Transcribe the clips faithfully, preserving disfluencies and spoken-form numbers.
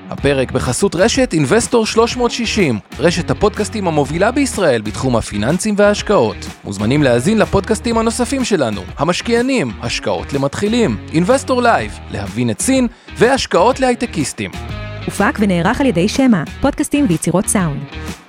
הפרק בחסות רשת Investor שלוש מאות שישים, רשת הפודקאסטים המובילה בישראל בתחום הפיננסים וההשקעות. מוזמנים להאזין לפודקאסטים הנוספים שלנו, המשקיענים, השקעות למתחילים, Investor Live, להבין את סין והשקעות להייטקיסטים. הופק ונערך על ידי שמה, פודקאסטים ויצירות סאונד.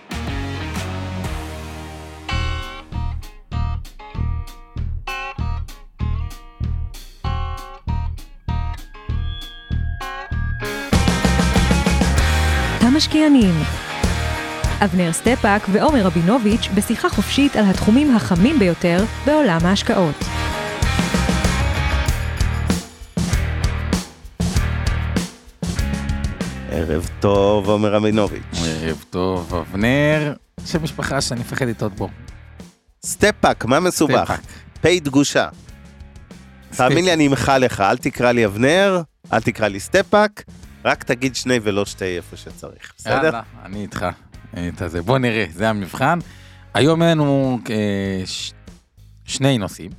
המשקיענים. אבנר סטפאק ועומר רבינוביץ' בשיחה חופשית על התחומים החמים ביותר בעולם ההשקעות. ערב טוב, עומר רבינוביץ'. ערב טוב, אבנר. שם משפחה שאני מפחד לטעות בו. סטפאק, מה מסובך? פי דגושה. תאמין לי, אני אמחה לך, אל תקרא לי אבנר, אל תקרא לי סטפאק, רק תגיד שני ולא שתי איפה שצריך, בסדר? יאללה, אני איתך. בוא נראה, זה המבחן. היום לנו שני נושאים.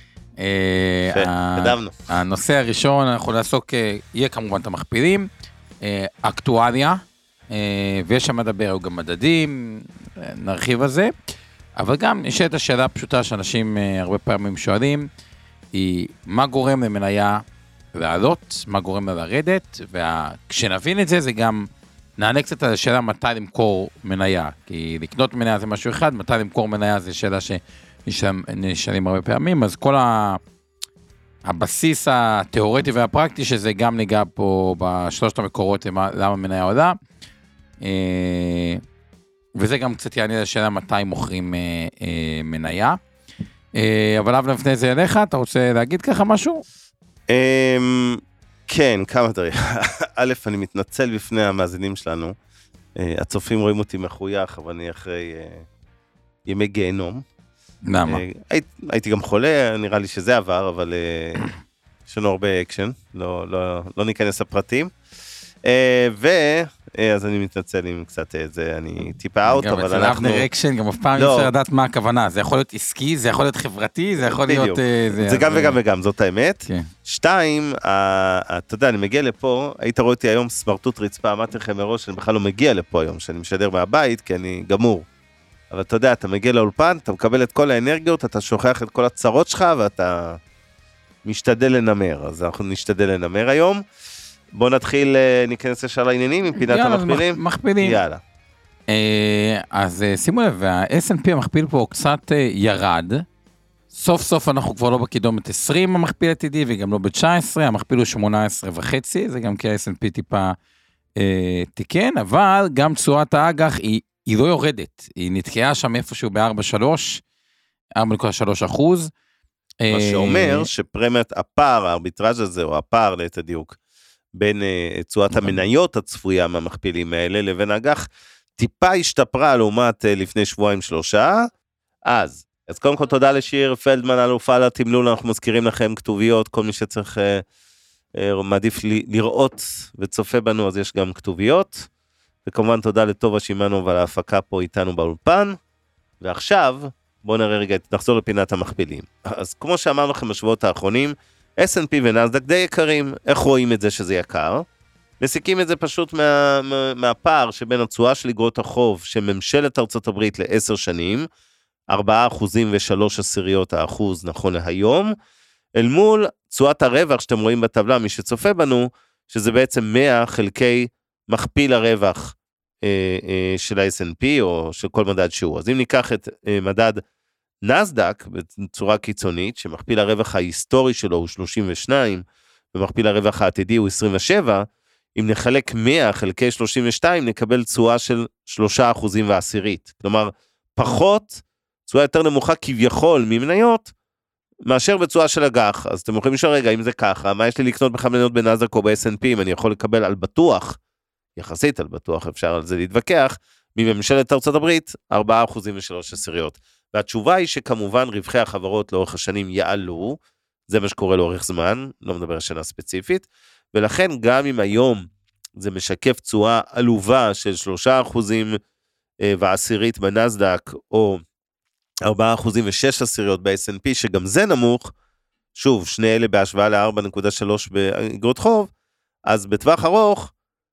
קדמנו. הנושא הראשון, אנחנו נעסוק, יהיה כמובן את המכפילים, אקטואליה, ויש שם מדבר, גם מדדים, נרחיב על זה, אבל גם יש את השאלה הפשוטה שאנשים הרבה פעמים שואלים, היא מה גורם למניה לעלות, מה גורם לה לרדת, וכשנבין את זה, זה גם נענה קצת על השאלה מתי למכור מניה, כי לקנות מניה זה משהו אחד, מתי למכור מניה זה שאלה שנשאלים הרבה פעמים, אז כל ה... הבסיס התיאורטי והפרקטי, שזה גם ניגע פה בשלושת המקורות, למה מניה עולה, וזה גם קצת יענה לשאלה מתי מוכרים מניה. אבל אבנר, לפני זה אליך, אתה רוצה להגיד ככה משהו? כן, כמה דברים. א', אני מתנצל בפני המאזינים שלנו, הצופים רואים אותי מחוייך, אבל אני אחרי ימי גיהנום. למה? הייתי גם חולה, נראה לי שזה עבר, אבל יש לנו הרבה אקשן, לא, לא, לא ניכנס לפרטים. ואז אני מתנצל עם קצת זה, אני טיפה אאוט, אבל אנחנו... גם אצל אבנר אקשן, גם אף פעם אי אפשר לדעת מה הכוונה, זה יכול להיות עסקי, זה יכול להיות חברתי, זה יכול להיות... זה גם וגם וגם, זאת האמת. שתיים, אתה יודע, אני מגיע לפה, היית רואה אותי היום סמרטוט רצפה, אמרתי לכם מראש, אני בכלל לא מגיע לפה היום, שאני משדר מהבית, כי אני גמור. אבל אתה יודע, אתה מגיע לאולפן, אתה מקבל את כל האנרגיות, אתה שוכח את כל הצרות שלך, ואתה משתדל לנמר. אז אנחנו נשתדל לנמר היום. בואו נתחיל, ניכנס לשאר העניינים, עם פינת המכפילים. מכפילים. יאללה. אז שימו לב, ה-אס אנד פי המכפיל פה קצת ירד. סוף סוף אנחנו כבר לא בקידומת עשרים המכפיל עתידי, וגם לא ב-תשע עשרה, המכפיל הוא שמונה עשרה וחצי, זה גם כי ה-אס אנד פי טיפה תיקן, אבל גם תשואת האג"ח היא היא לא יורדת, היא נתקעה שם איפשהו ב-ארבע נקודה שלוש, ארבע נקודה שלוש אחוז. מה שאומר שפרמיית הפער, הארביטראז' הזה, או הפער ליתר דיוק, בין תשואת המניות הצפויה מהמכפילים האלה, לבין האג"ח, טיפה השתפרה לעומת לפני שבועיים שלושה, אז, אז קודם כל תודה לשיר פלדמן, אלופה על התמלול, אנחנו מזכירים לכם כתוביות, כל מי שצריך, מעדיף לראות וצופה בנו, אז יש גם כתוביות, וכמובן תודה לטובה שימנו ועל ההפקה פה איתנו באולפן, ועכשיו בואו נראה רגע, נחזור לפינת המכפילים. אז כמו שאמרנו לכם בשבועות האחרונים, אס אנד פי ונסדק די יקרים, איך רואים את זה שזה יקר? מסיקים את זה פשוט מה, מה, מהפער שבין התשואה של אגרות החוב של ממשלת ארצות הברית לעשר שנים, ארבעה אחוזים ושלוש עשיריות האחוז נכון להיום, אל מול תשואת הרווח שאתם רואים בטבלה, מי שצופה בנו, שזה בעצם מאה חלקי מכפיל הרווח אה, אה, של ה-אס אנד פי או של כל מדד שהוא. אז אם ניקח את אה, מדד נסדק בצורה קיצונית, שמכפיל הרווח ההיסטורי שלו הוא שלושים ושתיים, ומכפיל הרווח העתידי הוא עשרים ושבע, אם נחלק מאה חלקי שלושים ושתיים, נקבל תשואה של שלושה אחוזים ועשירית. כלומר, פחות, תשואה יותר נמוכה כביכול ממניות, מאשר בתשואה של אג"ח. אז אתם יכולים לשאול רגע, אם זה ככה, מה יש לי לקנות בכלל מניות בנסדק או ב-אס אנד פי, אם אני יכול לקבל על בטוח, יחסית על בטוח, אפשר על זה להתווכח, מממשלת ארצות הברית, ארבעה אחוזים ושלוש עשיריות. והתשובה היא שכמובן רווחי החברות לאורך השנים יעלו, זה מה שקורה לאורך זמן, לא מדבר על שנה ספציפית, ולכן גם אם היום זה משקף תשואה עלובה של שלושה אחוזים ועשירית בנסדק, או ארבעה אחוזים ושש עשיריות ב-אס אנד פי, שגם זה נמוך, שוב, שני אלה בהשוואה ל-ארבע נקודה שלוש באגרות חוב, אז בטווח ארוך,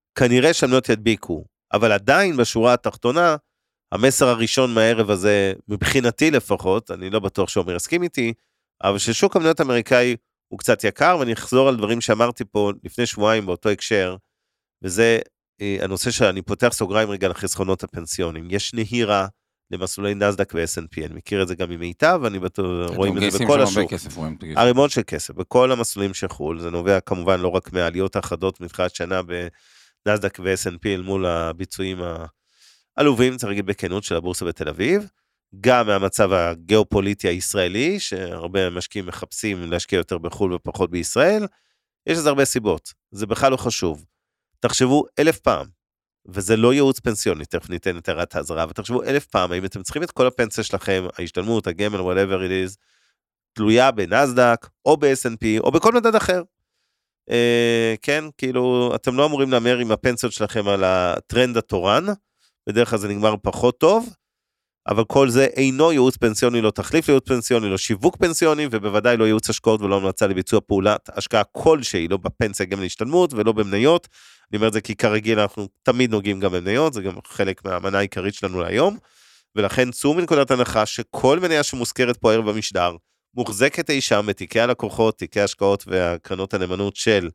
כנראה שהמניות ידביקו, אבל עדיין בשורה התחתונה, המסר הראשון מהערב הזה, מבחינתי לפחות, אני לא בטוח שעומר יסכים איתי, אבל ששוק המניות האמריקאי הוא קצת יקר, ואני אחזור על דברים שאמרתי פה לפני שבועיים באותו הקשר, וזה הנושא שאני פותח סוגריים רגע לחסכונות הפנסיונים. יש נהירה למסלולי נסדק ו-אס אנד פי, אני מכיר את זה גם ממיטב, ואני רואים את זה בכל השוק. הרימון של כסף, בכל המסלולים שחול, זה נובע כמובן לא רק מהעליות האחדות מתחילת שנה בנסדק ו-אס אנד פי, אל מול הביצועים העלובים, צריך להגיד בכנות, של הבורסה בתל אביב, גם מהמצב הגיאופוליטי הישראלי, שהרבה משקיעים מחפשים להשקיע יותר בחול ופחות בישראל, יש לזה הרבה סיבות, זה בכלל לא חשוב. תחשבו אלף פעם, וזה לא ייעוץ פנסיוני, תכף ניתן את הערת האזהרה, ותחשבו אלף פעם, האם אתם צריכים את כל הפנסיה שלכם, ההשתלמות, הגמל, whatever it is, תלויה בנסדק, או ב-אס אנד פי, או בכל מדד אחר. אה, כן, כאילו, אתם לא אמורים לאמר עם הפנסיות שלכם על הטרנד התורן, בדרך כלל זה נגמר פחות טוב, אבל כל זה אינו ייעוץ פנסיוני, לא תחליף לייעוץ פנסיוני, לא שיווק פנסיוני, ובוודאי לא ייעוץ השקעות ולא המלצה לביצוע פעולת השקעה כלשהי, לא בפנסיה גם להשתלמות ולא במניות. אני אומר את זה כי כרגיל אנחנו תמיד נוגעים גם במניות, זה גם חלק מהמנה העיקרית שלנו להיום, ולכן צאו מנקודת הנחה שכל מניה שמוזכרת פה הערב במשדר, מוחזקת אי שם בתיקי הלקוחות, תיקי ההשקעות והקרנות הנאמנות של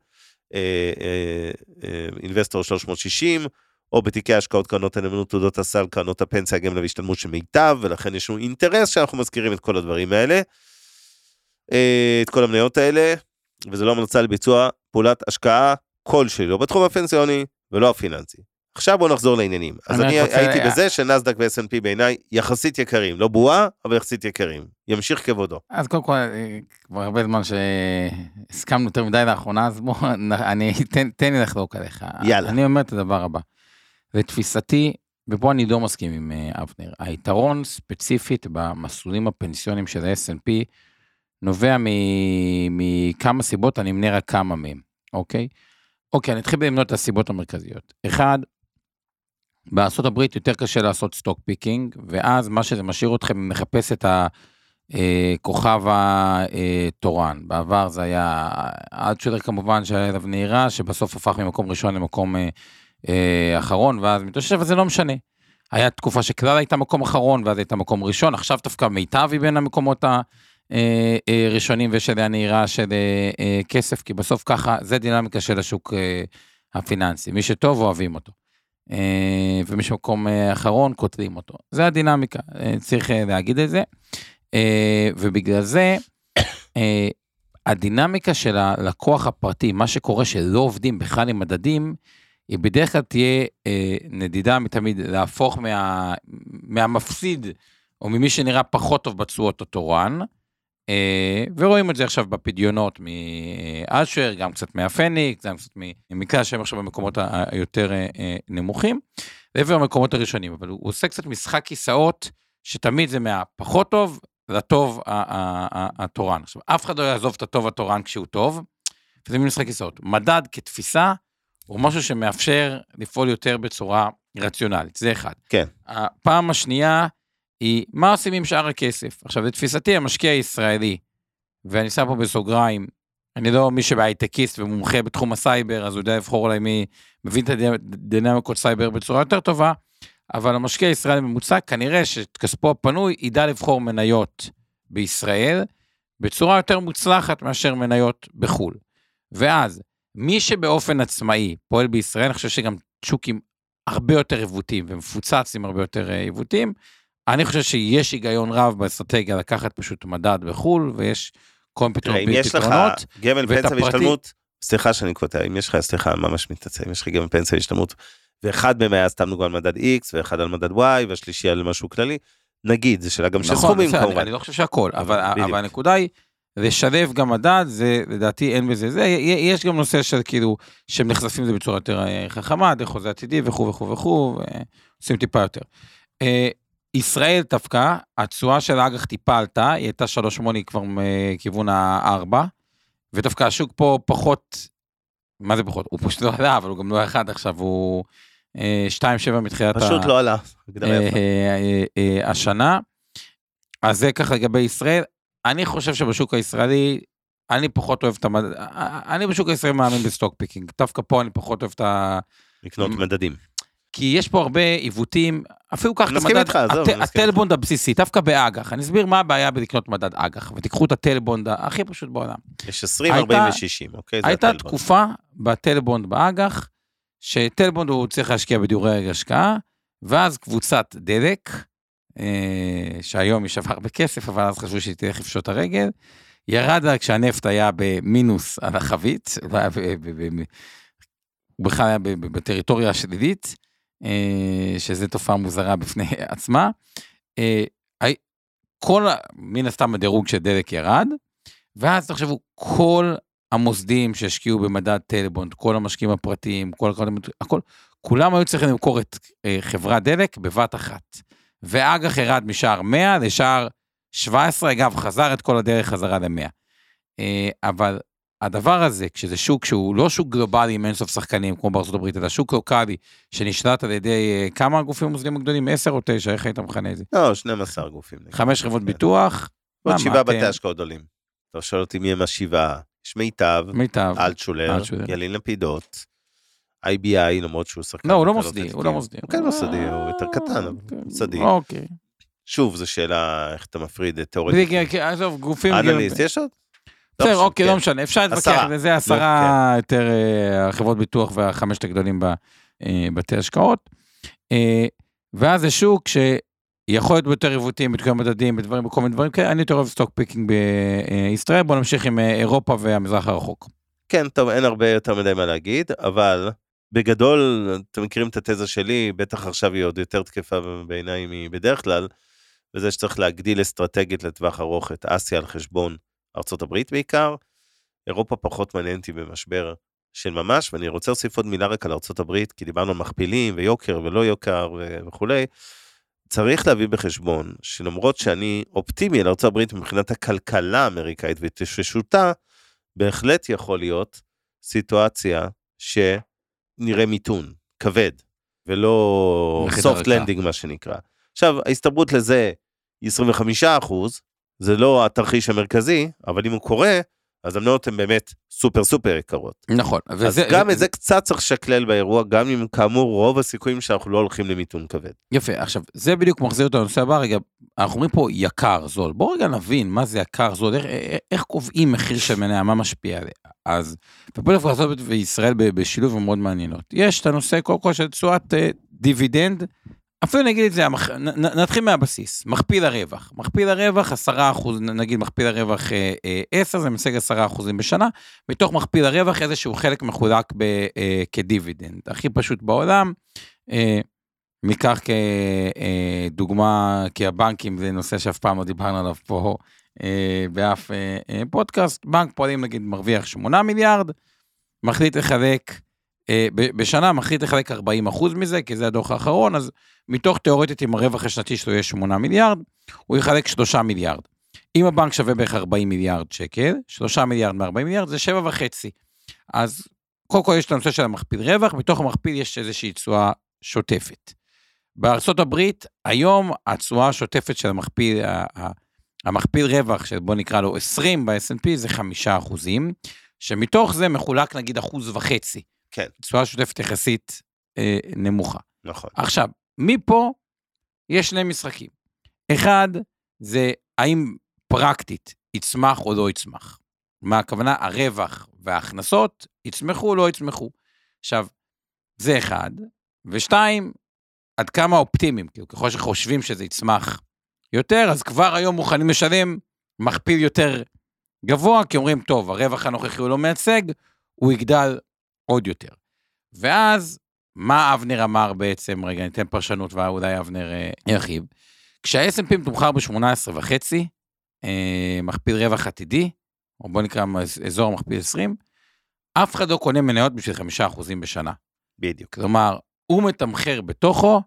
אינבסטור שלוש מאות שישים, או בתיקי ההשקעות קרנות הנאמנות, תעודות הסל, קרנות הפנסיה, הגמל והשתלמות של מיטב, ולכן יש לנו אינטרס שאנחנו מזכירים את כל הדברים האלה, את כל המניות האלה, וזה לא המלצה לביצוע פעולת השקעה כלשהי, לא בתחום הפנסיוני ולא הפיננסי. עכשיו בואו נחזור לעניינים. אז אני הייתי בזה שנסדק ו-אס אנד פי בעיניי יחסית יקרים, לא בועה, אבל יחסית יקרים. ימשיך כבודו. אז קודם כל, כבר הרבה זמן שהסכמנו יותר מדי לאחרונה, אז בואו, אני, תן לי לחלוק עליך. יאללה. אני אומר את הדבר הבא. לתפיסתי, ופה אני לא מסכים עם אבנר, היתרון ספציפית במסלולים הפנסיונים של ה-אס אנד פי, נובע מכמה סיבות, אני אמנה רק כמה מהם, אוקיי? אוקיי, אני אתחיל למנות את הסיבות המרכזיות. אחד, בארצות הברית יותר קשה לעשות סטוק פיקינג, ואז מה שזה משאיר אתכם מחפש את הכוכב התורן. בעבר זה היה עד שדר כמובן שהיה אליו נהירה, שבסוף הפך ממקום ראשון למקום אחרון, ואז מתושש, אבל זה לא משנה. היה תקופה שכלל הייתה מקום אחרון, ואז הייתה מקום ראשון, עכשיו דווקא מיטב היא בין המקומות הראשונים, ויש עליה נהירה של כסף, כי בסוף ככה, זה דינמיקה של השוק הפיננסי. מי שטוב אוהבים אותו. ומי שמקום אחרון קוטלים אותו. זה הדינמיקה, צריך להגיד את זה. ובגלל זה, הדינמיקה של הלקוח הפרטי, מה שקורה שלא עובדים בכלל עם מדדים, היא בדרך כלל תהיה נדידה מתמיד להפוך מה, מהמפסיד, או ממי שנראה פחות טוב בצועות התורן, ורואים את זה עכשיו בפדיונות מאשר, גם קצת מהפניקס, גם קצת ממקרה שהם עכשיו במקומות היותר נמוכים, לעבר המקומות הראשונים, אבל הוא עושה קצת משחק כיסאות, שתמיד זה מהפחות טוב, לטוב התורן. עכשיו, אף אחד לא יעזוב את הטוב התורן כשהוא טוב, וזה מין משחק כיסאות. מדד כתפיסה, הוא משהו שמאפשר לפעול יותר בצורה רציונלית, זה אחד. כן. הפעם השנייה, היא מה עושים עם שאר הכסף. עכשיו, לתפיסתי, המשקיע הישראלי, ואני שם פה בסוגריים, אני לא מי שבהייטקיסט ומומחה בתחום הסייבר, אז הוא יודע לבחור אולי מי מבין את הדינמיקות סייבר בצורה יותר טובה, אבל המשקיע הישראלי ממוצע, כנראה שכספו הפנוי, ידע לבחור מניות בישראל, בצורה יותר מוצלחת מאשר מניות בחול. ואז, מי שבאופן עצמאי פועל בישראל, אני חושב שגם שוקים הרבה יותר עיוותים, ומפוצץ עם הרבה יותר עיוותים, אני חושב שיש היגיון רב באסטרטגיה לקחת פשוט מדד בחול, ויש כל פתרונות. אם יש לך גמל פנסיה והשתלמות, סליחה שאני קוטע, אם יש לך, סליחה, ממש מתנצל, אם יש לך גמל פנסיה והשתלמות, ואחד מהם היה סתם על מדד X, ואחד על מדד Y, והשלישי על משהו כללי, נגיד, זה שאלה גם של סכומים כמובן. אני לא חושב שהכל, אבל הנקודה היא, לשלב גם מדד, זה לדעתי אין בזה, זה, יש גם נושא של כאילו, שהם נחשפים לזה בצורה יותר חכמה, דרך חוזה עתידי וכו' וכו' וכו', ועושים טיפה יותר. ישראל דווקא, התשואה של האג"ח טיפה עלתה, היא הייתה שלוש שמונה כבר מכיוון הארבע, ודווקא השוק פה פחות, מה זה פחות? הוא פשוט לא עלה, אבל הוא גם לא אחד עכשיו, הוא שתיים שבע מתחילת פשוט לא עלה, השנה. אז זה ככה לגבי ישראל, אני חושב שבשוק הישראלי, אני פחות אוהב את המדד, אני בשוק הישראלי מאמין בסטוק פיקינג, דווקא פה אני פחות אוהב את לקנות מדדים. כי יש פה הרבה עיוותים, אפילו כך את מסכים המדד, איתך, זהו, הט- אני מסכים הטלבונד הבסיסי, דווקא באג"ח. אני אסביר מה הבעיה בלקנות מדד אג"ח, ותיקחו את הטלבונד הכי פשוט בעולם. יש עשרים, הייתה- ארבעים ו-שישים, אוקיי? זה הייתה הטלבונד. תקופה בטלבונד באג"ח, שטלבונד הוא צריך להשקיע בדיורי השקעה, ואז קבוצת דלק, אה, שהיום היא שווה הרבה כסף, אבל אז חשבו שהיא תלך לפשוט הרגל, ירד כשהנפט היה במינוס על החבית, הוא בכלל היה בטריטוריה השלילית, שזו תופעה מוזרה בפני עצמה. כל, מן הסתם הדירוג של דלק ירד, ואז תחשבו, כל המוסדים שהשקיעו במדד טלבונד, כל המשקיעים הפרטיים, כל, הכל, כולם היו צריכים למכור את חברת דלק בבת אחת. ואג"ח ירד משער מאה לשער שבע עשרה, אגב, חזר את כל הדרך חזרה ל-מאה. אבל הדבר הזה, כשזה שוק שהוא לא שוק גלובלי עם אינסוף שחקנים, כמו בארצות הברית, אלא שוק לוקלי, שנשלט על ידי כמה גופים מוסדיים הגדולים, עשר או תשע, איך היית מכנה את זה? לא, שנים עשר גופים. חמש חברות ביטוח. עוד שבעה בתי השקעות עולים. אתה שואל אותי מי הם השבעה, יש מיטב, מיטב, אלטשולר, ילין לפידות, איי בי איי, למרות שהוא שחקן. לא, הוא לא מוסדי, הוא לא מוסדי. הוא כן מוסדי, הוא יותר קטן, אבל מוסדי. אוקיי. שוב, זו שאלה, איך אתה מפריד את תיאורטית. עזוב, גופים... אנליסט, יש עוד? בסדר, אוקיי, לא משנה, אפשר להתווכח, זה עשרה יותר החברות ביטוח והחמשת הגדולים בבתי השקעות, ואז זה שוק שיכול להיות ביותר עיוותים, בתקועים מדדים, בדברים, בכל מיני דברים כאלה, אני יותר אוהב סטוק פיקינג בישראל, בואו נמשיך עם אירופה והמזרח הרחוק. כן, טוב, אין הרבה יותר מדי מה להגיד, אבל בגדול, אתם מכירים את התזה שלי, בטח עכשיו היא עוד יותר תקפה בעיניי מבדרך כלל, וזה שצריך להגדיל אסטרטגית לטווח ארוך את אסיה על חשבון ארצות הברית בעיקר, אירופה פחות מעניינתי במשבר של ממש, ואני רוצה להוסיף עוד מילה רק על ארצות הברית, כי דיברנו על מכפילים ויוקר ולא יוקר וכו'. צריך להביא בחשבון, שלמרות שאני אופטימי על ארצות הברית מבחינת הכלכלה האמריקאית ותששותה, בהחלט יכול להיות סיטואציה שנראה מיתון, כבד, ולא soft landing מה שנקרא. עכשיו, ההסתברות לזה היא עשרים וחמישה אחוז, זה לא התרחיש המרכזי, אבל אם הוא קורה, אז המניות הן באמת סופר סופר יקרות. נכון. אז גם את זה קצת צריך שקלל באירוע, גם אם כאמור רוב הסיכויים שאנחנו לא הולכים למיתון כבד. יפה, עכשיו, זה בדיוק מחזיר אותנו לנושא הבא, רגע, אנחנו אומרים פה יקר, זול, בואו רגע נבין מה זה יקר, זול, איך, איך קובעים מחיר של מניה, מה משפיע עליה. אז, ופה דווקא לעשות בישראל בשילוב מאוד מעניינות. יש את הנושא, קודם כל של תשואת דיבידנד, אפילו נגיד את זה, נתחיל מהבסיס, מכפיל הרווח, מכפיל הרווח עשרה אחוז, נגיד מכפיל הרווח עשר, זה משג עשרה אחוזים בשנה, מתוך מכפיל הרווח איזשהו חלק מחולק כדיבידנד, הכי פשוט בעולם, מכך כדוגמה, כי הבנקים זה נושא שאף פעם לא דיברנו עליו פה, באף פודקאסט, בנק פועלים נגיד מרוויח שמונה מיליארד, מחליט לחלק, בשנה מחליט לחלק ארבעים אחוז מזה, כי זה הדוח האחרון, אז מתוך תיאורטית עם הרווח השנתי שלו יש שמונה מיליארד, הוא יחלק שלושה מיליארד. אם הבנק שווה בערך ארבעים מיליארד שקל, שלושה מיליארד מ-ארבעים מיליארד, זה שבע וחצי. אז קודם כל יש את הנושא של המכפיל רווח, בתוך המכפיל יש איזושהי תשואה שוטפת. בארצות הברית, היום התשואה השוטפת של המכפיל, המכפיל רווח, שבוא נקרא לו עשרים ב-אס אנד פי, זה חמישה אחוזים, שמתוך זה מחולק נגיד אחוז וחצי. כן. תשואה שוטפת יחסית אה, נמוכה. נכון. עכשיו, מפה יש שני משחקים. אחד, זה האם פרקטית יצמח או לא יצמח. מה הכוונה? הרווח וההכנסות יצמחו או לא יצמחו. עכשיו, זה אחד. ושתיים, עד כמה אופטימיים, כי ככל שחושבים שזה יצמח יותר, אז כבר היום מוכנים לשלם מכפיל יותר גבוה, כי אומרים, טוב, הרווח הנוכחי הוא לא מייצג, הוא יגדל עוד יותר. ואז, מה אבנר אמר בעצם, רגע, ניתן פרשנות, ואולי אבנר אה, ירחיב, כשה-אס אנד פי מתומחר ב-שמונה עשרה וחצי, אה, מכפיל רווח עתידי, או בוא נקרא אזור מכפיל עשרים, אף אחד לא קונה מניות בשביל חמישה אחוזים בשנה. בדיוק. כלומר, הוא מתמחר בתוכו,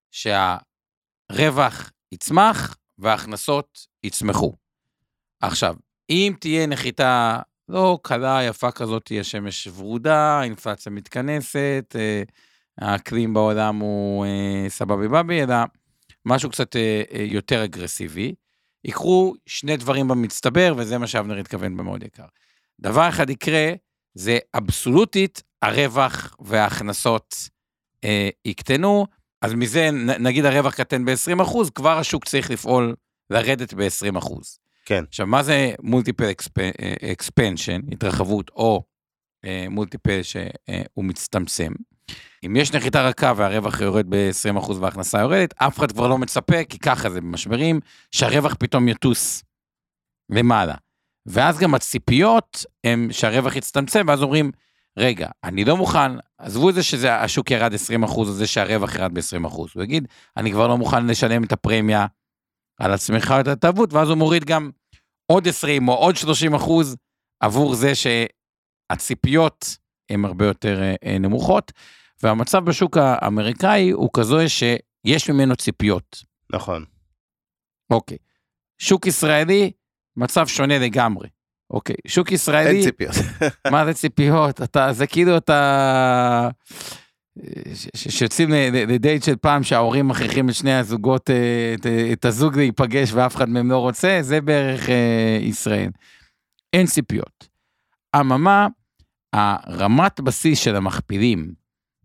שהרווח יצמח, וההכנסות יצמחו. עכשיו, אם תהיה נחיתה לא קלה, יפה כזאת, תהיה שמש ורודה, האינפלציה מתכנסת, האקלים בעולם הוא סבבי בבי, אלא משהו קצת יותר אגרסיבי. יקרו שני דברים במצטבר, וזה מה שאבנר התכוון במאוד יקר. דבר אחד יקרה, זה אבסולוטית, הרווח וההכנסות אה, יקטנו, אז מזה נגיד הרווח קטן ב-עשרים אחוז, כבר השוק צריך לפעול, לרדת ב-עשרים אחוז. כן. עכשיו, מה זה מולטיפל אקספנשן, התרחבות, או מולטיפל שהוא מצטמצם? אם יש נחיתה רכה והרווח יורד ב-עשרים אחוז וההכנסה יורדת, אף אחד כבר לא מצפה, כי ככה זה במשברים, שהרווח פתאום יטוס למעלה. ואז גם הציפיות הם שהרווח יצטמצם, ואז אומרים, רגע, אני לא מוכן, עזבו את זה שהשוק ירד עשרים אחוז, או זה שהרווח ירד ב-עשרים אחוז. הוא יגיד, אני כבר לא מוכן לשלם את הפרמיה על הצמיחה ואת התרבות, ואז הוא מוריד גם עוד עשרים או עוד שלושים אחוז, עבור זה שהציפיות הן הרבה יותר נמוכות, והמצב בשוק האמריקאי הוא כזו שיש ממנו ציפיות. נכון. אוקיי. שוק ישראלי, מצב שונה לגמרי. אוקיי. שוק ישראלי... אין ציפיות. מה זה ציפיות? אתה, זה כאילו אתה... שיוצאים לדייט של פעם שההורים מכריחים את שני הזוגות, את, את הזוג להיפגש ואף אחד מהם לא רוצה, זה בערך ישראל. אין ציפיות. אממה, הרמת בסיס של המכפילים,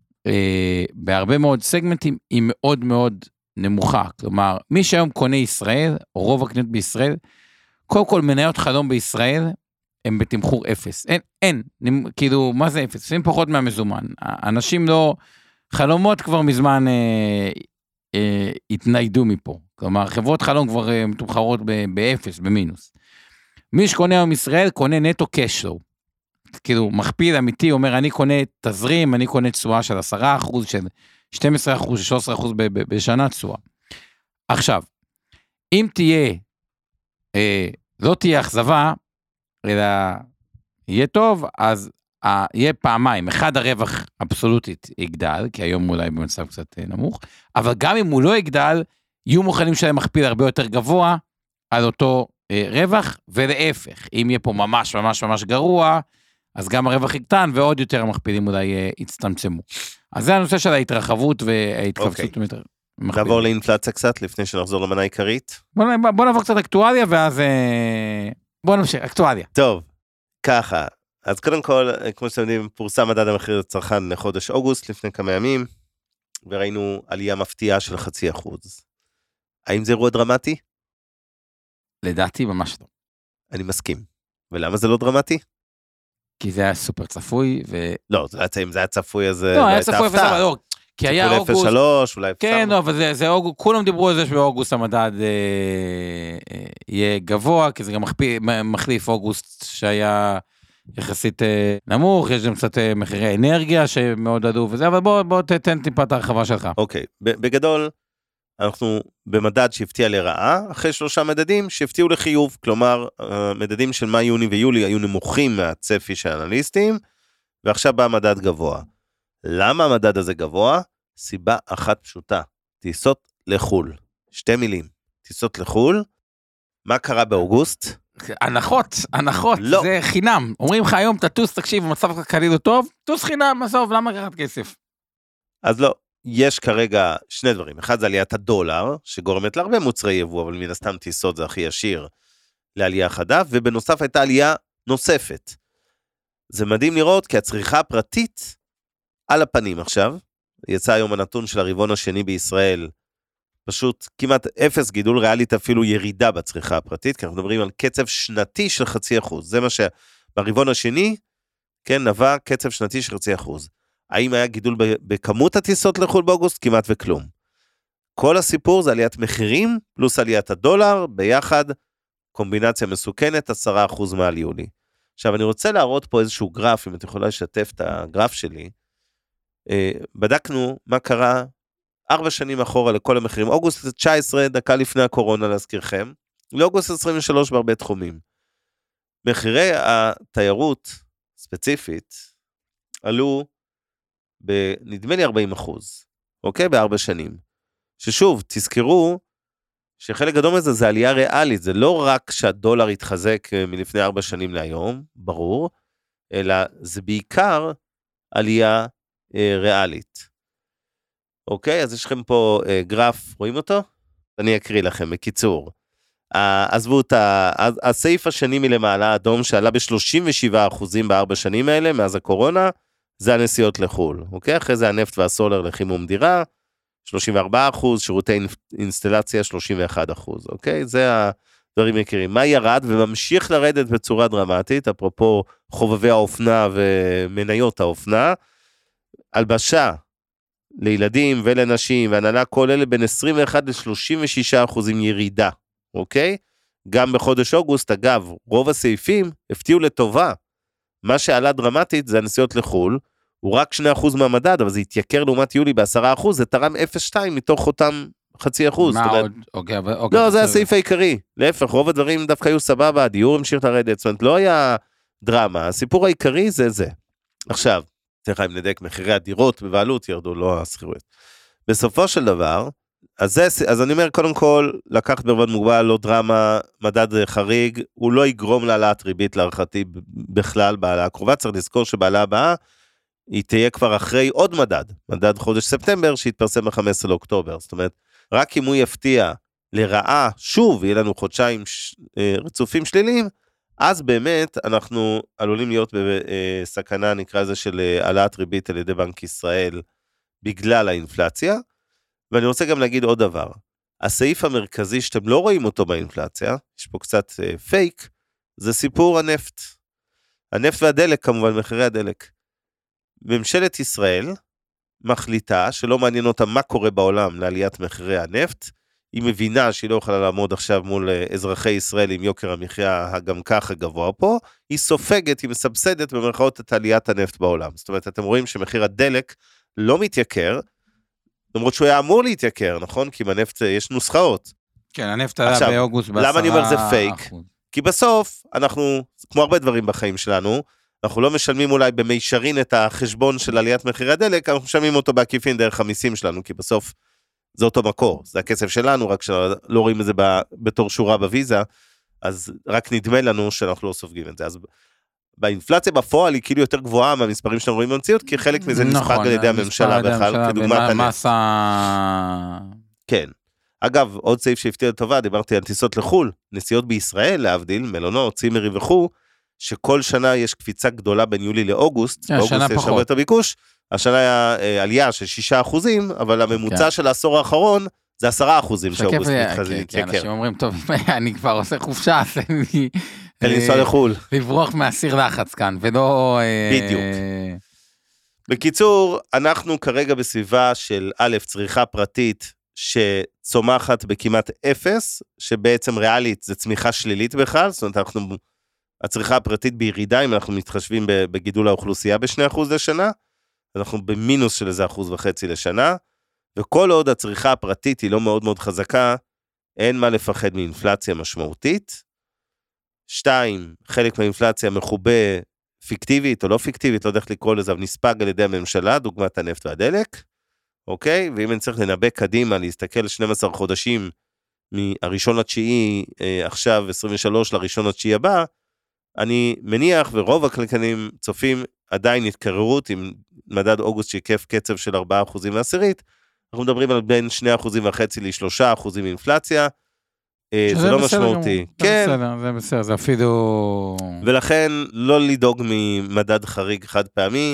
בהרבה מאוד סגמנטים, היא מאוד מאוד נמוכה. כלומר, מי שהיום קונה ישראל, או רוב הקניות בישראל, קודם כל מניות חלום בישראל, הם בתמחור אפס. אין, אין, כאילו, מה זה אפס? לפעמים פחות מהמזומן. אנשים לא, חלומות כבר מזמן אה, אה, התניידו מפה. כלומר, חברות חלום כבר אה, מתומחרות ב- באפס, במינוס. מי שקונה היום ישראל, קונה נטו קשלו. כאילו, מכפיל אמיתי, אומר, אני קונה תזרים, אני קונה תשואה של עשרה אחוז, של שנים עשר אחוז, של שלושה עשר אחוז ב- ב- בשנה תשואה. עכשיו, אם תהיה, אה, לא תהיה אכזבה, אלא יהיה טוב, אז אה, יהיה פעמיים, אחד הרווח אבסולוטית יגדל, כי היום אולי במצב קצת נמוך, אבל גם אם הוא לא יגדל, יהיו מוכנים שלהם מכפיל הרבה יותר גבוה, על אותו אה, רווח, ולהפך, אם יהיה פה ממש ממש ממש גרוע, אז גם הרווח יקטן, ועוד יותר המכפילים אולי אה, יצטמצמו. אז זה הנושא של ההתרחבות וההתכווצות. אוקיי. נעבור לאינפלציה קצת, לפני שנחזור למנה העיקרית. בוא, בוא נעבור קצת אקטואליה, ואז... אה, בוא נמשיך, אקטואליה. טוב, ככה. אז קודם כל, כמו שאתם יודעים, פורסם מדד המחיר לצרכן לחודש אוגוסט לפני כמה ימים, וראינו עלייה מפתיעה של חצי אחוז. האם זה אירוע דרמטי? לדעתי ממש לא. אני מסכים. ולמה זה לא דרמטי? כי זה היה סופר צפוי, ו... לא, זה היה, אם זה היה צפוי, אז... לא, היה צפוי אפס, אבל לא. כי היה אוגוסט... אפס שלוש, אולי... כן, לא, אבל זה, זה אוגוסט, כולם דיברו על זה שבאוגוסט המדד אה, אה, יהיה גבוה, כי זה גם מחפי, מחליף אוגוסט שהיה יחסית אה, נמוך, יש גם קצת אה, מחירי אנרגיה שמאוד עדו וזה, אבל בוא, בוא תתן טיפה את הרחבה שלך. אוקיי, בגדול, אנחנו במדד שהפתיע לרעה, אחרי שלושה מדדים שהפתיעו לחיוב, כלומר, המדדים של מאי, יוני ויולי היו נמוכים מהצפי של האנליסטים, ועכשיו בא מדד גבוה. למה המדד הזה גבוה? סיבה אחת פשוטה, טיסות לחול. שתי מילים, טיסות לחול. מה קרה באוגוסט? הנחות, הנחות, לא. זה חינם. אומרים לך היום, תטוס, תקשיב, המצב כלכלי לא טוב, טוס חינם, עזוב, למה לקחת כסף? אז לא, יש כרגע שני דברים. אחד זה עליית הדולר, שגורמת להרבה מוצרי יבוא, אבל מן הסתם טיסות זה הכי ישיר לעלייה חדה, ובנוסף הייתה עלייה נוספת. זה מדהים לראות, כי הצריכה הפרטית על הפנים עכשיו, יצא היום הנתון של הרבעון השני בישראל, פשוט כמעט אפס גידול ריאלית, אפילו ירידה בצריכה הפרטית, כי אנחנו מדברים על קצב שנתי של חצי אחוז, זה מה שברבעון השני, כן, נבע קצב שנתי של חצי אחוז. האם היה גידול בכמות הטיסות לחול באוגוסט? כמעט וכלום. כל הסיפור זה עליית מחירים, פלוס עליית הדולר, ביחד, קומבינציה מסוכנת, עשרה אחוז מעל יולי. עכשיו, אני רוצה להראות פה איזשהו גרף, אם את יכולה לשתף את הגרף שלי, בדקנו מה קרה ארבע שנים אחורה לכל המחירים, אוגוסט תשע עשרה, דקה לפני הקורונה להזכירכם, לאוגוסט עשרים ושלוש בהרבה תחומים. מחירי התיירות ספציפית עלו בנדמה לי ארבעים אחוז, אוקיי? בארבע שנים. ששוב, תזכרו שחלק גדול מזה זה עלייה ריאלית, זה לא רק שהדולר התחזק מלפני ארבע שנים להיום, ברור, אלא זה בעיקר עלייה ריאלית. אוקיי, אז יש לכם פה גרף, רואים אותו? אני אקריא לכם, בקיצור. עזבו את הסעיף השני מלמעלה, האדום, שעלה ב-שלושים ושבעה אחוזים בארבע שנים האלה, מאז הקורונה, זה הנסיעות לחול, אוקיי? אחרי זה הנפט והסולר לחימום דירה, שלושים וארבעה אחוז, שירותי אינסטלציה שלושים ואחד אחוז, אוקיי? זה הדברים העיקריים. מה ירד וממשיך לרדת בצורה דרמטית, אפרופו חובבי האופנה ומניות האופנה, הלבשה לילדים ולנשים והנהלה, כל אלה בין עשרים ואחד ל-שלושים ושישה אחוזים ירידה, אוקיי? גם בחודש אוגוסט, אגב, רוב הסעיפים הפתיעו לטובה. מה שעלה דרמטית זה הנסיעות לחול, הוא רק שני אחוז מהמדד, אבל זה התייקר לעומת יולי ב-עשרה אחוז, זה תרם אפס נקודה שתיים מתוך אותם חצי אחוז. מה עוד? אוקיי, אוקיי. לא, זה הסעיף העיקרי. להפך, רוב הדברים דווקא היו סבבה, הדיור המשיך לרדת, זאת אומרת, לא היה דרמה. הסיפור העיקרי זה זה. עכשיו, תכף אם נדק, מחירי הדירות בבעלות ירדו, לא הסחירויות. בסופו של דבר, אז, זה, אז אני אומר, קודם כל, לקחת בערבון מוגבל, לא דרמה, מדד חריג, הוא לא יגרום להעלאת ריבית להערכתי בכלל בעלה הקרובה, צריך לזכור שבעלה הבאה, היא תהיה כבר אחרי עוד מדד, מדד חודש ספטמבר, שהתפרסם ב-חמישה עשר לאוקטובר, זאת אומרת, רק אם הוא יפתיע לרעה, שוב, יהיה לנו חודשיים ש... רצופים שליליים, אז באמת אנחנו עלולים להיות בסכנה, נקרא לזה, של העלאת ריבית על ידי בנק ישראל, בגלל האינפלציה, ואני רוצה גם להגיד עוד דבר, הסעיף המרכזי שאתם לא רואים אותו באינפלציה, יש פה קצת אה, פייק, זה סיפור הנפט. הנפט והדלק כמובן, מחירי הדלק. ממשלת ישראל מחליטה שלא מעניין אותה מה קורה בעולם לעליית מחירי הנפט, היא מבינה שהיא לא יכולה לעמוד עכשיו מול אזרחי ישראל עם יוקר המחיה הגם ככה גבוה פה, היא סופגת, היא מסבסדת במרכאות את עליית הנפט בעולם. זאת אומרת, אתם רואים שמחיר הדלק לא מתייקר, למרות שהוא היה אמור להתייקר, נכון? כי עם הנפט יש נוסחאות. כן, הנפט היה באוגוסט בעשרה. למה אני אומר זה פייק? כי בסוף, אנחנו, כמו הרבה דברים בחיים שלנו, אנחנו לא משלמים אולי במישרין את החשבון של עליית מחירי הדלק, אנחנו משלמים אותו בעקיפין דרך המיסים שלנו, כי בסוף זה אותו מקור, זה הכסף שלנו, רק שלא רואים את זה בתור שורה בוויזה, אז רק נדמה לנו שאנחנו לא סופגים את זה. אז באינפלציה בפועל היא כאילו יותר גבוהה מהמספרים שאנחנו רואים במציאות, כי חלק מזה נספג על ידי הממשלה בכלל, כדוגמת הנפט. כן. אגב, עוד סעיף שהפתיע לטובה, דיברתי על טיסות לחול, נסיעות בישראל, להבדיל, מלונות, צימרי וכו', שכל שנה יש קפיצה גדולה בין יולי לאוגוסט, באוגוסט יש הרבה את הביקוש, השנה היה עלייה של שישה אחוזים, אבל הממוצע של העשור האחרון, זה עשרה אחוזים שאוגוסט מתייקר. אנשים אומרים, טוב, אני כבר עושה חופשה, אז אני... לנסוע לחול. לברוח מהסיר לחץ כאן, ולא... בדיוק. בקיצור, אנחנו כרגע בסביבה של א', צריכה פרטית, שצומחת בכמעט אפס, שבעצם ריאלית זה צמיחה שלילית בכלל, זאת אומרת, אנחנו, הצריכה הפרטית בירידה, אם אנחנו מתחשבים בגידול האוכלוסייה בשני אחוז לשנה, אנחנו במינוס של איזה אחוז וחצי לשנה, וכל עוד הצריכה הפרטית היא לא מאוד מאוד חזקה, אין מה לפחד מאינפלציה משמעותית. שתיים, חלק מהאינפלציה מחובה פיקטיבית או לא פיקטיבית, לא יודע איך לקרוא לזה, אבל נספג על ידי הממשלה, דוגמת הנפט והדלק, אוקיי? ואם אני צריך לנבא קדימה, להסתכל שנים עשר חודשים, מהראשון לתשיעי, עכשיו עשרים ושלוש לראשון לתשיעי הבא, אני מניח, ורוב הכלכלנים צופים, עדיין התקררות עם מדד אוגוסט שיקף קצב של ארבעה אחוזים לעשירית, אנחנו מדברים על בין שני אחוזים וחצי לשלושה אחוזים אינפלציה, זה לא משמעותי. כן. זה בסדר, זה אפילו... ולכן לא לדאוג ממדד חריג חד פעמי,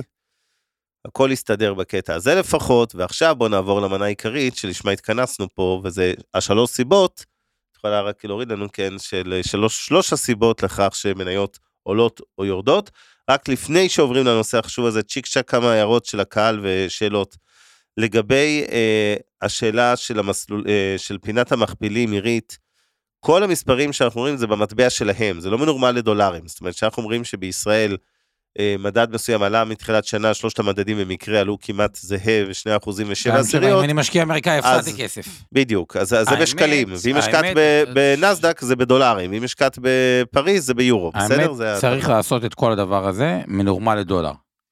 הכל יסתדר בקטע הזה לפחות, ועכשיו בוא נעבור למנה העיקרית שלשמה התכנסנו פה, וזה השלוש סיבות, יכולה רק להוריד לנו כן, של שלוש, שלוש הסיבות לכך שמניות עולות או יורדות, רק לפני שעוברים לנושא החשוב הזה, צ'יק צ'ק כמה הערות של הקהל ושאלות, לגבי אה, השאלה של, המסלול, אה, של פינת המכפילים, עירית, כל המספרים שאנחנו רואים זה במטבע שלהם, זה לא מנורמל לדולרים, זאת אומרת שאנחנו אומרים שבישראל אה, מדד מסוים עלה מתחילת שנה, שלושת המדדים במקרה עלו כמעט זהה ושני אחוזים ושבע עשיריות. אם אני משקיע אמריקאי, הפסדתי כסף. בדיוק, אז זה בשקלים, ואם השקעת בנסדק זה בדולרים, אם השקעת בפריז זה ביורו, בסדר? האמת, צריך לעשות את כל הדבר הזה מנורמל לדולר.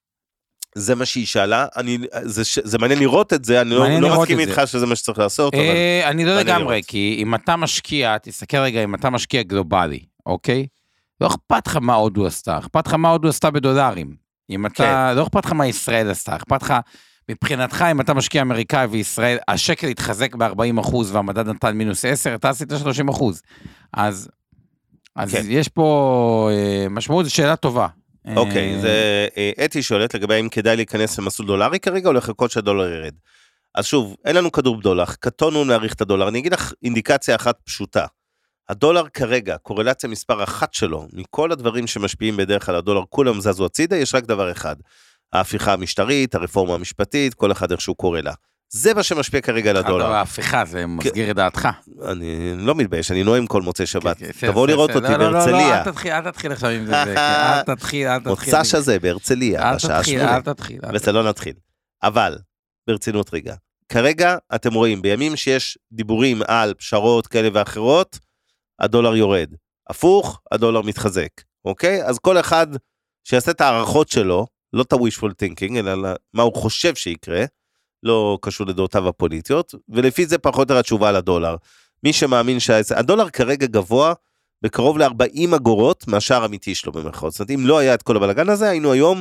זה מה שהיא שאלה, אני, זה, זה מעניין לראות את זה, אני לא, לא מסכים איתך שזה מה שצריך לעשות, אבל... אני לא לגמרי, כי אם אתה משקיע, תסתכל רגע, אם אתה משקיע גלובלי, אוקיי? לא אכפת לך מה עוד הוא עשתה, אכפת לך מה עוד הוא עשתה בדולרים. אם אתה, לא אכפת לך מה ישראל עשתה, אכפת לך, מבחינתך, אם אתה משקיע אמריקאי וישראל, השקל התחזק ב-ארבעים אחוז, והמדד נתן מינוס עשר, אתה עשית שלושים אחוז. אז, אז יש פה משמעות, זו שאלה טובה. אוקיי, זה אתי שואלת לגבי אם כדאי להיכנס למסלול דולרי כרגע, או לחכות שהדולר ירד. אז שוב, אין לנו כדור בדולח, קטונו להעריך את הדולר. אני אגיד לך אינדיקציה אחת פשוטה. הדולר כרגע, קורלציה מספר אחת שלו, מכל הדברים שמשפיעים בדרך כלל הדולר, כולם זזו הצידה, יש רק דבר אחד. ההפיכה המשטרית, הרפורמה המשפטית, כל אחד איך שהוא קורא לה. זה מה שמשפיע כרגע על הדולר. ההפיכה, זה מסגיר את דעתך. אני לא מתבייש, אני נוהם כל מוצאי שבת. תבואו לראות אותי בהרצליה. לא, לא, אל תתחיל, אל תתחיל עכשיו עם זה. אל תתחיל, אל תתחיל. מוצא שזה בהרצליה, אל תתחיל, אל תתחיל. וזה לא נתחיל. אבל, ברצינות רגע, כרגע אתם רואים, בימים שיש דיבורים על פשרות כאלה ואחרות, הדולר יורד. הפוך, הדולר מתחזק. אוקיי? אז כל אחד שיעשה את הערכות שלו, לא את ה-wishful thinking, אלא מה הוא חושב שיקרה, לא קשור לדעותיו הפוליטיות, ולפי זה פחות או יותר התשובה על הדולר. מי שמאמין שהדולר כרגע גבוה, בקרוב ל-ארבעים אגורות מהשער אמיתי שלו במרכאות. זאת אומרת, אם לא היה את כל הבלגן הזה, היינו היום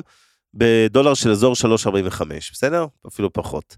בדולר של אזור שלוש ארבעים וחמש, בסדר? אפילו פחות.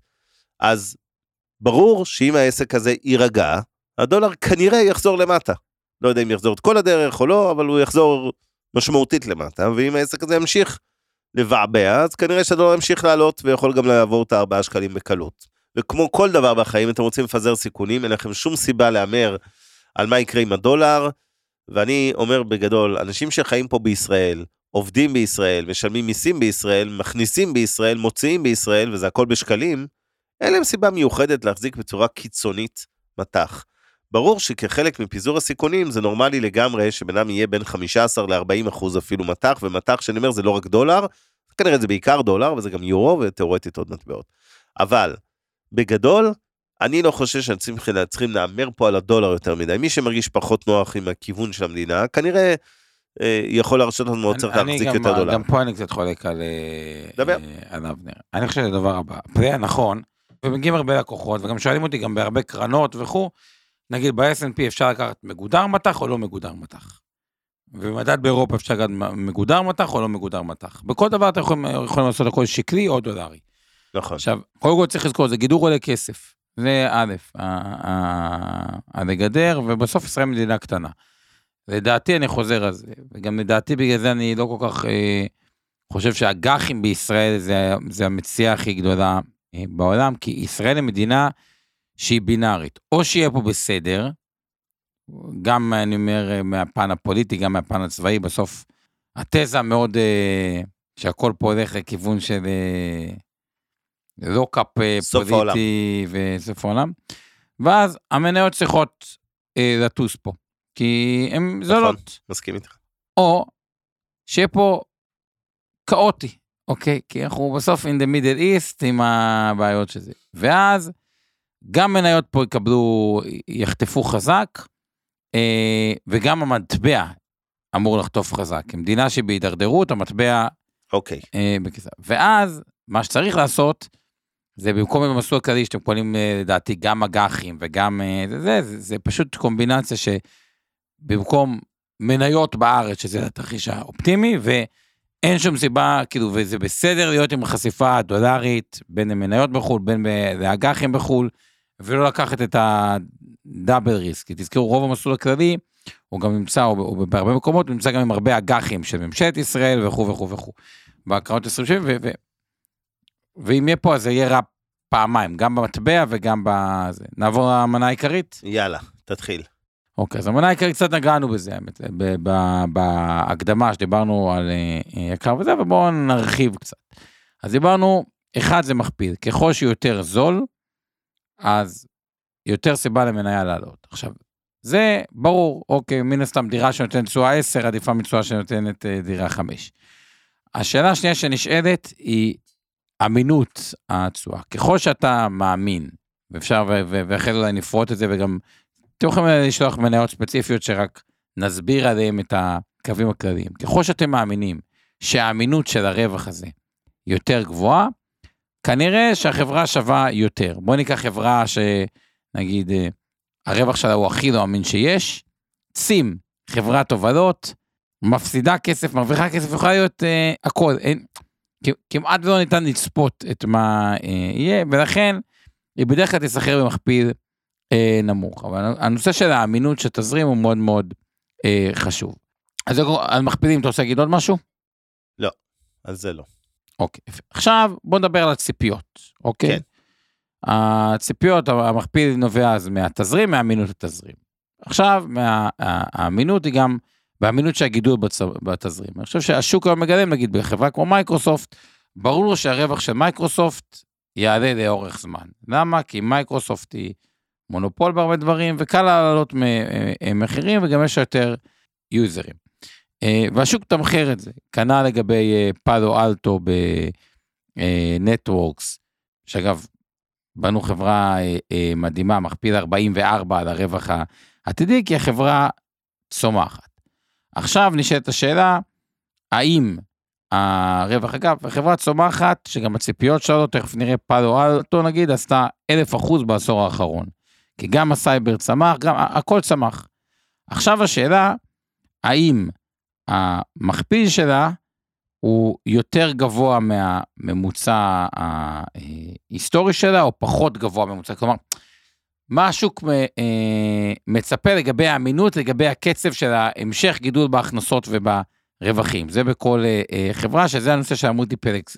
אז ברור שאם העסק הזה יירגע, הדולר כנראה יחזור למטה. לא יודע אם יחזור את כל הדרך או לא, אבל הוא יחזור משמעותית למטה, ואם העסק הזה ימשיך לבעבע, אז כנראה שהדולר ימשיך לעלות, ויכול גם לעבור את ארבעה שקלים בקלות. וכמו כל דבר בחיים, אתם רוצים לפזר סיכונים, אין לכם שום סיבה לאמר על מה יקרה עם הדולר, ואני אומר בגדול, אנשים שחיים פה בישראל, עובדים בישראל, משלמים מיסים בישראל, מכניסים בישראל, מוציאים בישראל, וזה הכל בשקלים, אין להם סיבה מיוחדת להחזיק בצורה קיצונית מתח. ברור שכחלק מפיזור הסיכונים, זה נורמלי לגמרי, שבנם יהיה בין חמישה עשר ל-ארבעים אחוז אפילו מתח, ומתח שאני אומר זה לא רק דולר, כנראה זה בעיקר דולר, וזה גם יורו, ותיאורטית עוד מטבעות. אבל, בגדול, אני לא חושב שצריכים צריכים לאמר פה על הדולר יותר מדי. מי שמרגיש פחות נוח עם הכיוון של המדינה, כנראה אה, יכול להרשות לנו מאוד צריך להחזיק את הדולר. גם פה אני קצת חולק על אבנר. אני חושב שזה דבר הבא. זה נכון, ומגיעים הרבה לקוחות, וגם שואלים אותי גם בהרבה קרנות וכו', נגיד ב-אס אנד פי אפשר לקחת מגודר מתח או לא מגודר מתח. ובמדד באירופה אפשר לקחת מגודר מתח או לא מגודר מתח. בכל דבר אתם יכולים, יכולים לעשות הכל שקלי או דולרי. נכון. עכשיו, קודם כל צריך לזכור, זה גידור עולה כסף. זה א', הגדר, ובסוף ישראל מדינה קטנה. לדעתי אני חוזר על זה, וגם לדעתי בגלל זה אני לא כל כך אה, חושב שהגחים בישראל זה, זה המציאה הכי גדולה אה, בעולם, כי ישראל היא מדינה שהיא בינארית. או שיהיה פה בסדר, גם אני אומר מהפן הפוליטי, גם מהפן הצבאי, בסוף התזה מאוד, אה, שהכל פה הולך לכיוון של אה, לא קאפ פוליטי וסוף העולם, ואז המניות צריכות אה, לטוס פה, כי הן זולות. נכון, מסכים איתך. או שיהיה פה כאוטי, אוקיי? כי אנחנו בסוף in the middle east עם הבעיות שזה. ואז גם מניות פה יקבלו, יחטפו חזק, אה, וגם המטבע אמור לחטוף חזק. כמדינה שבהידרדרות, המטבע... אוקיי. אה, בכיסה. ואז מה שצריך לעשות, זה במקום במסלול הכללי שאתם קוראים לדעתי גם אג"חים וגם זה, זה, זה, זה פשוט קומבינציה שבמקום מניות בארץ, שזה התרחיש האופטימי, ואין שום סיבה, כאילו, וזה בסדר להיות עם חשיפה דולרית, בין מניות בחול, בין לאג"חים בחול, ולא לקחת את הדאבל ריסק. כי תזכרו, רוב המסלול הכללי, הוא גם נמצא, או בהרבה מקומות, הוא נמצא גם עם הרבה אג"חים של ממשלת ישראל, וכו' וכו' וכו'. בהקראות עשרים שבעים, ו... ואם יהיה פה, אז זה יהיה רע פעמיים, גם במטבע וגם בזה. נעבור למנה העיקרית? יאללה, תתחיל. אוקיי, אז המנה העיקרית קצת נגענו בזה, בהקדמה שדיברנו על יקר וזה, ובואו נרחיב קצת. אז דיברנו, אחד זה מכפיל, ככל שיותר זול, אז יותר סיבה למניה לעלות. עכשיו, זה ברור, אוקיי, מן הסתם דירה שנותנת תשואה עשר, עדיפה מתשואה שנותנת דירה חמש. השאלה השנייה שנשאלת היא, אמינות התשואה. ככל שאתה מאמין, ואפשר, ואחרי אולי נפרוט את זה, וגם אתם יכולים לשלוח מניות ספציפיות שרק נסביר עליהם את הקווים הכלליים. ככל שאתם מאמינים שהאמינות של הרווח הזה יותר גבוהה, כנראה שהחברה שווה יותר. בואו ניקח חברה שנגיד, הרווח שלה הוא הכי לא אמין שיש, צים, חברת תובלות, מפסידה כסף, מרוויחה כסף, יכולה להיות uh, הכל, אין, כמעט לא ניתן לצפות את מה uh, יהיה, ולכן היא בדרך כלל תסחר במכפיל uh, נמוך, אבל הנושא של האמינות שתזרים הוא מאוד מאוד uh, חשוב. אז על מכפילים, אתה רוצה להגיד עוד משהו? לא, אז זה לא. אוקיי, עכשיו בוא נדבר על הציפיות, אוקיי? כן. הציפיות, המכפיל נובע אז מהתזרים, מהאמינות התזרים. עכשיו, האמינות היא גם, והאמינות שהגידול בתזרים. אני חושב שהשוק היום מגלם, נגיד, בחברה כמו מייקרוסופט, ברור שהרווח של מייקרוסופט יעלה לאורך זמן. למה? כי מייקרוסופט היא מונופול בהרבה דברים, וקל לעלות מחירים, וגם יש יותר יוזרים. והשוק תמחר את זה. כנ"ל לגבי פאלו אלטו בנטוורקס, שאגב, בנו חברה מדהימה, מכפיל ארבעים וארבע על הרווח העתידי, כי החברה צומחת. עכשיו נשאלת השאלה, האם הרווח, אגב, החברה צומחת, שגם הציפיות שלו, תכף נראה פאלו אלטו נגיד, עשתה אלף אחוז בעשור האחרון. כי גם הסייבר צמח, גם הכל צמח. עכשיו השאלה, האם המכפיל שלה הוא יותר גבוה מהממוצע ההיסטורי שלה, או פחות גבוה מהממוצע, כלומר, מה השוק מצפה לגבי האמינות, לגבי הקצב של ההמשך גידול בהכנסות וברווחים. זה בכל חברה, שזה הנושא של המולטיפלקס,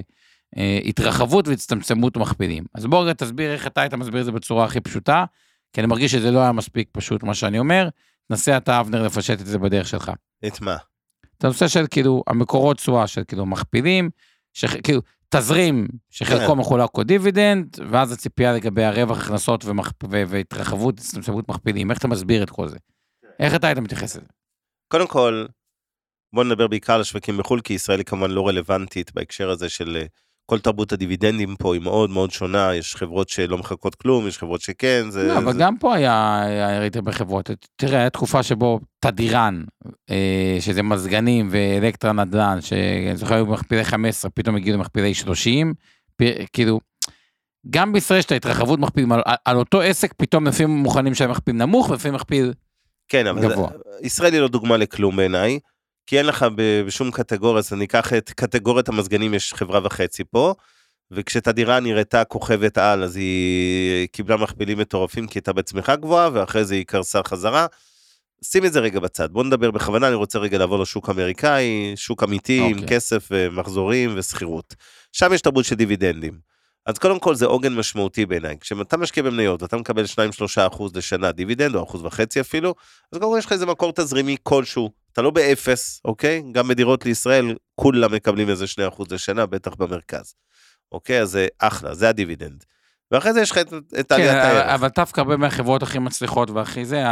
התרחבות והצטמצמות ומכפילים. אז בואו רגע תסביר איך אתה היית מסביר את זה בצורה הכי פשוטה, כי אני מרגיש שזה לא היה מספיק פשוט מה שאני אומר, נסה אתה אבנר לפשט את זה בדרך שלך. את מה? את הנושא של כאילו המקורות תשואה של כאילו מכפילים, שכאילו תזרים שחלקו מחולק כדיבידנד, ואז הציפייה לגבי הרווח הכנסות והתרחבות, הצטמצמות מכפילים. איך אתה מסביר את כל זה? איך אתה היית מתייחס לזה? קודם כל, בוא נדבר בעיקר על השווקים בחו"ל, כי ישראל היא כמובן לא רלוונטית בהקשר הזה של כל תרבות הדיבידנדים פה היא מאוד מאוד שונה, יש חברות שלא מחכות כלום, יש חברות שכן. זה, לא, אבל זה... גם פה היה, ראיתי בחברות, תראה, היה תקופה שבו תדירן, שזה מזגנים ואלקטרה נדל"ן, שזוכר היו במכפילי חמש עשרה, פתאום הגיעו למכפילי שלושים, כאילו, גם בישראל יש את ההתרחבות מכפילים, על, על אותו עסק פתאום לפעמים מוכנים שהם מכפיל נמוך, ולפעמים מכפיל כן, אבל גבוה. ישראל היא לא דוגמה לכלום בעיניי, כי אין לך בשום קטגוריה, אז אני אקח את קטגוריית המזגנים, יש חברה וחצי פה, וכשתדירה נראתה כוכבת על, אז היא קיבלה מכפילים מטורפים, כי הייתה בצמיחה גבוהה, ואחרי זה היא קרסה חזרה. שים את זה רגע בצד, בוא נדבר בכוונה, אני רוצה רגע לעבור לשוק אמריקאי, שוק אמיתי, okay. עם כסף ומחזורים וסחירות. שם יש תרבות של דיבידנדים. אז קודם כל זה עוגן משמעותי בעיניי, כשאתה משקיע במניות, אתה מקבל שניים עד שלושה אחוז לשנה דיבידנד, או אחוז וחצי אפילו, אז קודם כל יש לך איזה מקור תזרימי כלשהו, אתה לא באפס, אוקיי? גם בדירות לישראל, כולם מקבלים איזה שני אחוז לשנה, בטח במרכז. אוקיי? אז זה אחלה, זה הדיבידנד. ואחרי זה יש לך את עליית הערך. אבל דווקא הרבה מהחברות הכי מצליחות, ואחרי זה,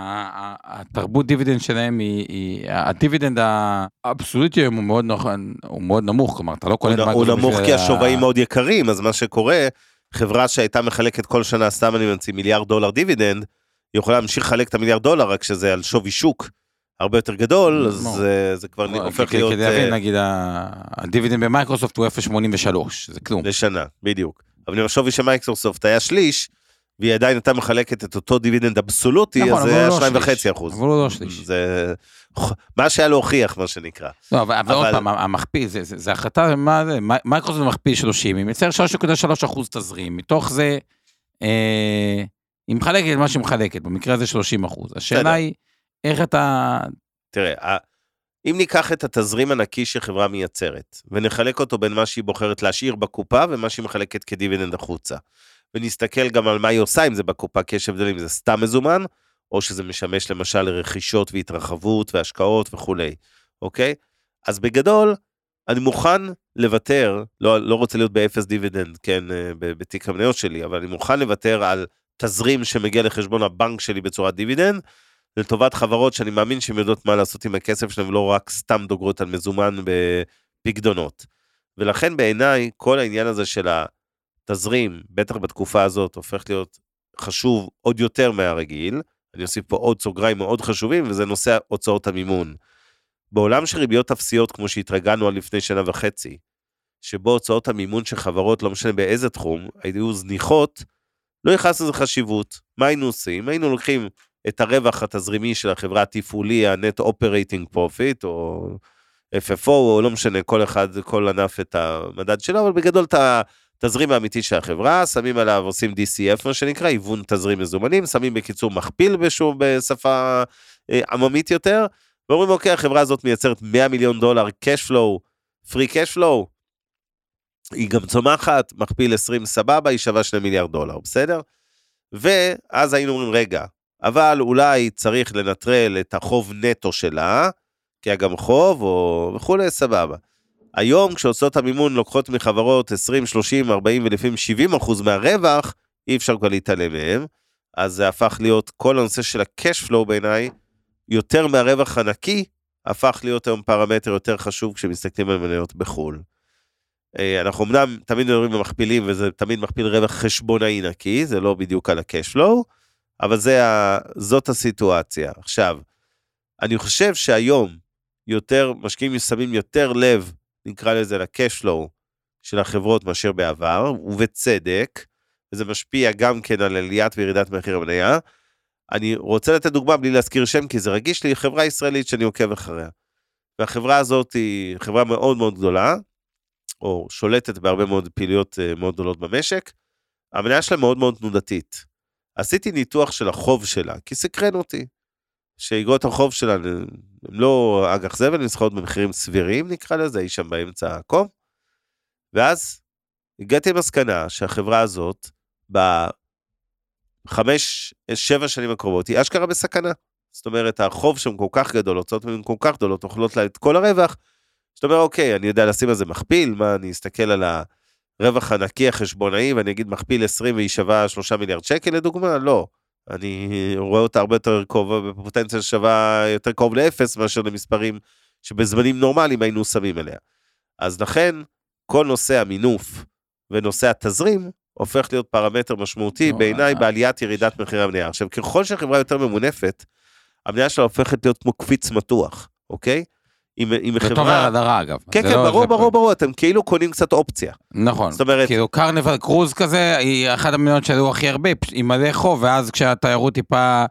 התרבות דיבידנד שלהם היא, הדיבידנד האבסולוטי הוא מאוד נמוך, כלומר, אתה לא קולט... הוא נמוך כי השווים מאוד יקרים, אז מה שקורה, חברה שהייתה מחלקת כל שנה, סתם אני ממציא מיליארד דולר דיבידנד, היא יכולה להמשיך לחלק את המיליארד דולר, רק שזה על שווי שוק הרבה יותר גדול, אז זה כבר הופך להיות... כדי להבין, נגיד, הדיבידנד במייקרוסופט הוא אפס נקודה שמונים ושלוש, זה כלום. לשנה, בדיוק. אבל אם השווי של מייקרוסופט היה שליש, והיא עדיין הייתה מחלקת את אותו דיבידנד אבסולוטי, אז זה היה שניים וחצי אחוז. אבל הוא לא שליש. זה מה שהיה להוכיח, מה שנקרא. לא, אבל עוד פעם, המכפיל, זה החלטה, מה זה? מייקרוסופט מכפיל שלושים, היא מציירת שלוש נקודה שלוש אחוז תזרים, מתוך זה, היא מחלקת את מה שהיא מחלקת, במקרה הזה שלושים אחוז. השאלה היא, איך אתה... תראה, אם ניקח את התזרים הנקי שחברה מייצרת, ונחלק אותו בין מה שהיא בוחרת להשאיר בקופה, ומה שהיא מחלקת כדיבידנד החוצה, ונסתכל גם על מה היא עושה, אם זה בקופה, כי יש הבדלים, זה סתם מזומן, או שזה משמש למשל לרכישות והתרחבות והשקעות וכו'. אוקיי? אז בגדול, אני מוכן לוותר, לא, לא רוצה להיות באפס דיבידנד, כן, בתיק המניות שלי, אבל אני מוכן לוותר על תזרים שמגיע לחשבון הבנק שלי בצורת דיבידנד, לטובת חברות שאני מאמין שהן יודעות מה לעשות עם הכסף שלהם, ולא רק סתם דוגרות על מזומן בפקדונות. ולכן בעיניי, כל העניין הזה של התזרים, בטח בתקופה הזאת, הופך להיות חשוב עוד יותר מהרגיל. אני אוסיף פה עוד סוגריים מאוד חשובים, וזה נושא הוצאות המימון. בעולם של ריביות אפסיות, כמו שהתרגלנו על לפני שנה וחצי, שבו הוצאות המימון של חברות, לא משנה באיזה תחום, היו זניחות, לא יחס לזה חשיבות. מה היינו עושים? היינו לוקחים את הרווח התזרימי של החברה התפעולי, ה-Net Operating Profit, או אף אף או, או לא משנה, כל אחד, כל ענף את המדד שלו, אבל בגדול את התזרים האמיתי של החברה, שמים עליו, עושים די סי אף, מה שנקרא, היוון תזרים מזומנים, שמים בקיצור מכפיל בשוב, בשפה אה, עממית יותר, ואומרים, אוקיי, החברה הזאת מייצרת מאה מיליון דולר cash flow פרי קש פלואו, היא גם צומחת, מכפיל עשרים סבבה, היא שווה שני מיליארד דולר, בסדר? ואז היינו אומרים, רגע, אבל אולי צריך לנטרל את החוב נטו שלה, כי היה גם חוב או וכולי, סבבה. היום כשהוצאות המימון לוקחות מחברות עשרים, שלושים, ארבעים ולפעמים שבעים אחוז מהרווח, אי אפשר כבר להתעלם מהם, אז זה הפך להיות כל הנושא של הקש פלואו בעיניי, יותר מהרווח הנקי, הפך להיות היום פרמטר יותר חשוב כשמסתכלים על מניות בחול. אנחנו אמנם תמיד מדברים במכפילים, וזה תמיד מכפיל רווח חשבונאי נקי, זה לא בדיוק על הקש פלואו, אבל זה ה... זאת הסיטואציה. עכשיו, אני חושב שהיום יותר משקיעים שמים יותר לב, נקרא לזה לקש פלואו של החברות מאשר בעבר, ובצדק, וזה משפיע גם כן על עליית וירידת מחיר המניה. אני רוצה לתת דוגמה בלי להזכיר שם, כי זה רגיש לי, חברה ישראלית שאני עוקב אחריה. והחברה הזאת היא חברה מאוד מאוד גדולה, או שולטת בהרבה מאוד פעילויות מאוד גדולות במשק. המניה שלה מאוד מאוד תנודתית. עשיתי ניתוח של החוב שלה, כי סקרן אותי, שאיגרות החוב שלה, הם לא אג"ח זבל, נסחרות במחירים סבירים, נקרא לזה, היא שם באמצע הקום, ואז הגעתי למסקנה שהחברה הזאת, בחמש, שבע שנים הקרובות, היא אשכרה בסכנה. זאת אומרת, החוב שם כל כך גדול, הוצאות מהם כל כך גדולות, אוכלות לה את כל הרווח, זאת אומרת, אוקיי, אני יודע לשים על זה מכפיל, מה, אני אסתכל על הרווח הנקי החשבונאי, ואני אגיד מכפיל עשרים והיא שווה שלושה מיליארד שקל לדוגמה? לא. אני רואה אותה הרבה יותר קרובה, בפוטנציה שווה יותר קרוב לאפס, מאשר למספרים שבזמנים נורמליים היינו שמים אליה. אז לכן, כל נושא המינוף ונושא התזרים, הופך להיות פרמטר משמעותי בעיניי בעליית ירידת מחירי המניה. עכשיו, ככל שהחברה יותר ממונפת, המניה שלה הופכת להיות כמו קפיץ מתוח, אוקיי? זה טוב להדרה אגב. כן, כן, ברור, ברור, ברור, אתם כאילו קונים קצת אופציה. נכון, כאילו קרניבל קרוז כזה, היא אחת המניות שעלו הכי הרבה, היא מלא חוב, ואז כשהתיירות טיפה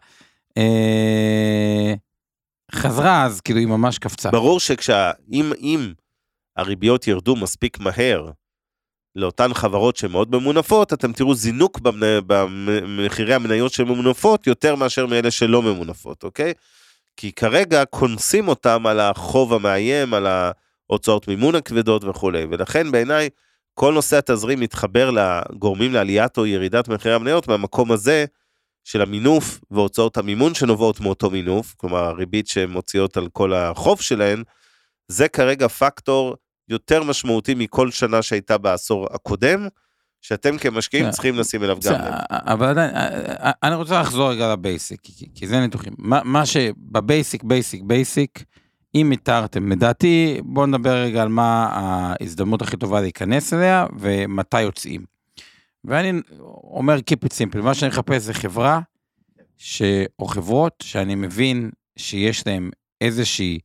חזרה, אז כאילו היא ממש קפצה. ברור שאם הריביות ירדו מספיק מהר, לאותן חברות שמאוד ממונפות, אתם תראו זינוק במחירי המניות שממונפות, יותר מאשר מאלה שלא ממונפות, אוקיי? כי כרגע כונסים אותם על החוב המאיים, על ההוצאות מימון הכבדות וכו'. ולכן בעיניי, כל נושא התזרים מתחבר לגורמים לעליית או ירידת מחירי המניות, מהמקום הזה של המינוף והוצאות המימון שנובעות מאותו מינוף, כלומר הריבית שהן מוציאות על כל החוב שלהן, זה כרגע פקטור יותר משמעותי מכל שנה שהייתה בעשור הקודם, שאתם כמשקיעים צריכים לשים אליו גם לב. אבל עדיין, אני רוצה לחזור רגע לבייסיק, כי זה ניתוחים. מה שבבייסיק, בייסיק, בייסיק, אם מתארתם, לדעתי, בואו נדבר רגע על מה ההזדמנות הכי טובה להיכנס אליה, ומתי יוצאים. ואני אומר, keep it simple, מה שאני מחפש זה חברה, או חברות, שאני מבין שיש להם איזושהי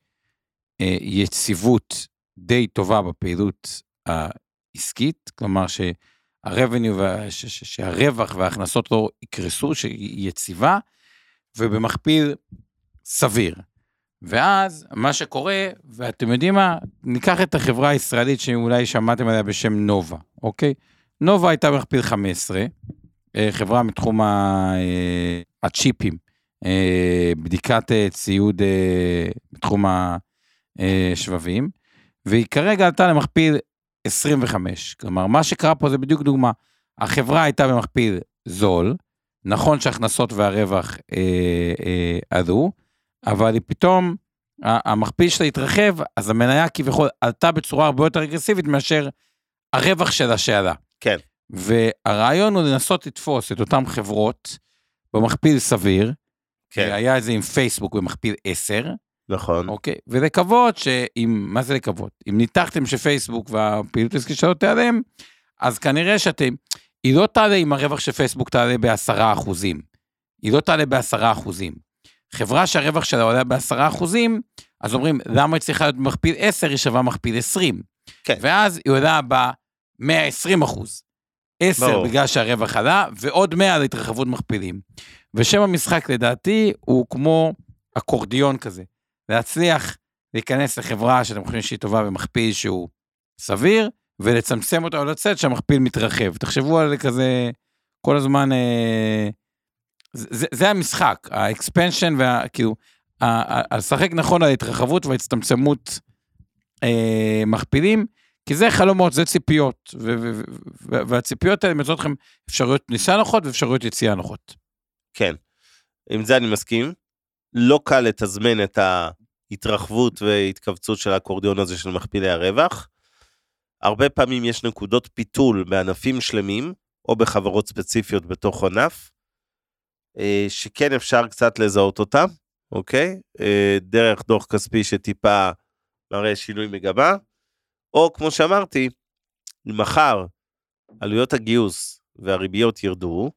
יציבות די טובה בפעילות העסקית, כלומר ש... הרבניו, שהרווח וההכנסות לא יקרסו, שהיא יציבה, ובמכפיל סביר. ואז, מה שקורה, ואתם יודעים מה, ניקח את החברה הישראלית, שאולי שמעתם עליה בשם נובה, אוקיי? נובה הייתה במכפיל חמש עשרה, חברה מתחום הצ'יפים, בדיקת ציוד בתחום השבבים, והיא כרגע עלתה למכפיל עשרים וחמש, כלומר, מה שקרה פה זה בדיוק דוגמה, החברה הייתה במכפיל זול, נכון שההכנסות והרווח אה, אה, עלו, אבל היא פתאום, המכפיל שלה התרחב, אז המניה כביכול עלתה בצורה הרבה יותר אגרסיבית, מאשר הרווח שלה שעלה. כן. והרעיון הוא לנסות לתפוס את אותם חברות, במכפיל סביר, כן. היה את זה עם פייסבוק במכפיל עשר, נכון. אוקיי, ולקוות שאם, מה זה לקוות? אם ניתחתם שפייסבוק והפעילות עסקית שלו תעלם, אז כנראה שאתם, היא לא תעלה אם הרווח של פייסבוק תעלה בעשרה אחוזים. היא לא תעלה בעשרה אחוזים. חברה שהרווח שלה עולה בעשרה אחוזים, אז אומרים, למה היא צריכה להיות מכפיל עשר, היא שווה מכפיל עשרים. כן. ואז היא עולה ב-מאה ועשרים אחוז. עשר בגלל שהרווח עלה, ועוד מאה להתרחבות מכפילים. ושם המשחק לדעתי הוא כמו אקורדיון כזה. להצליח להיכנס לחברה שאתם חושבים שהיא טובה במכפיל שהוא סביר, ולצמצם אותה או לצאת שהמכפיל מתרחב. תחשבו על זה כזה, כל הזמן, אה, זה, זה המשחק, האקספנשן, וכאילו, לשחק נכון על ההתרחבות וההצטמצמות אה, מכפילים, כי זה חלומות, זה ציפיות, ו- ו- ו- והציפיות האלה מייצרות לכם אפשרויות כניסה נוחות ואפשרויות יציאה נוחות. כן, עם זה אני מסכים. לא קל לתזמן את ההתרחבות והתכווצות של האקורדיון הזה של מכפילי הרווח. הרבה פעמים יש נקודות פיתול בענפים שלמים, או בחברות ספציפיות בתוך ענף, שכן אפשר קצת לזהות אותם, אוקיי? דרך דוח כספי שטיפה מראה שינוי מגמה, או כמו שאמרתי, מחר עלויות הגיוס והריביות ירדו,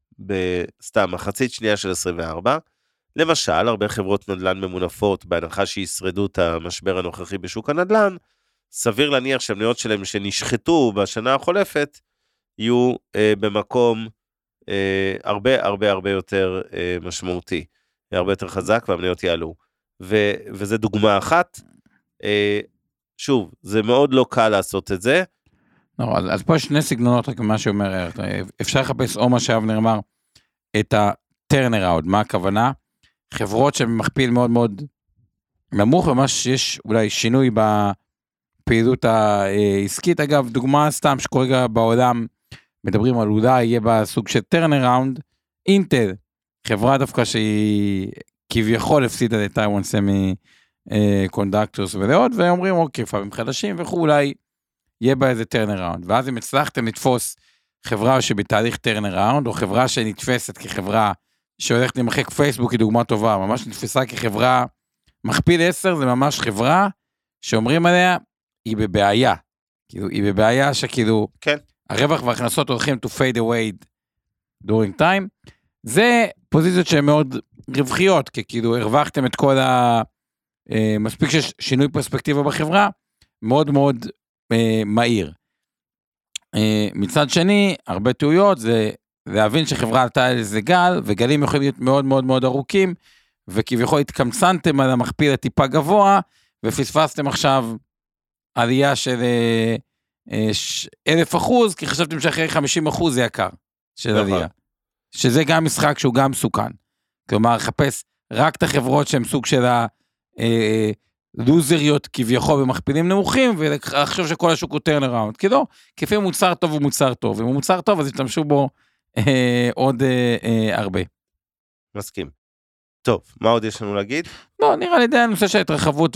בסתם מחצית שנייה של עשרים וארבע, למשל, הרבה חברות נדל"ן ממונפות, בהנחה שישרדו את המשבר הנוכחי בשוק הנדל"ן, סביר להניח שהמניות שלהם שנשחטו בשנה החולפת, יהיו אה, במקום אה, הרבה הרבה הרבה יותר אה, משמעותי, הרבה יותר חזק, והמניות יעלו. ו, וזה דוגמה אחת. אה, שוב, זה מאוד לא קל לעשות את זה. לא, אז, אז פה יש שני סגנונות, רק מה שאומר, אפשר לחפש או מה שאבנר אמר, את ה-turnaround, מה הכוונה? חברות שמכפיל מאוד מאוד נמוך, וממש יש אולי שינוי בפעילות העסקית. אגב, דוגמה סתם שכרגע בעולם מדברים על אולי יהיה בה סוג של turnaround, אינטל, חברה דווקא שהיא כביכול הפסידה לטייוואן סמי קונדקטורס ולעוד, ואומרים אוקיי, פעמים חדשים וכו', אולי יהיה בה איזה turnaround, ואז אם הצלחתם לתפוס חברה שבתהליך turnaround, או חברה שנתפסת כחברה שהולכת למחק פייסבוק, היא דוגמה טובה, ממש נתפסה כחברה, מכפיל עשר, זה ממש חברה, שאומרים עליה, היא בבעיה, כאילו, היא בבעיה שכאילו, כן. הרווח וההכנסות הולכים to fade away during time, זה פוזיציות שהן מאוד רווחיות, כי כאילו הרווחתם את כל ה... מספיק שיש שינוי פרספקטיבה בחברה, מאוד מאוד אה, מהיר. אה, מצד שני, הרבה טעויות, זה להבין שחברה עלתה על איזה גל, וגלים יכולים להיות מאוד מאוד מאוד ארוכים, וכביכול התקמצנתם על המכפיל הטיפה גבוה, ופספסתם עכשיו עלייה של אה, אה, אלף אחוז, כי חשבתם שאחרי חמישים אחוז זה יקר, של נכון. עלייה. שזה גם משחק שהוא גם סוכן. כלומר, לחפש רק את החברות שהן סוג של ה... אה, לוזריות כביכול במכפילים נמוכים, ולחשוב שכל השוק הוא turnaround, כי לא, כפי מוצר טוב הוא מוצר טוב, אם הוא מוצר טוב אז ישתמשו בו אה, עוד אה, אה, הרבה. מסכים. טוב, מה עוד יש לנו להגיד? לא, נראה לי די הנושא של ההתרחבות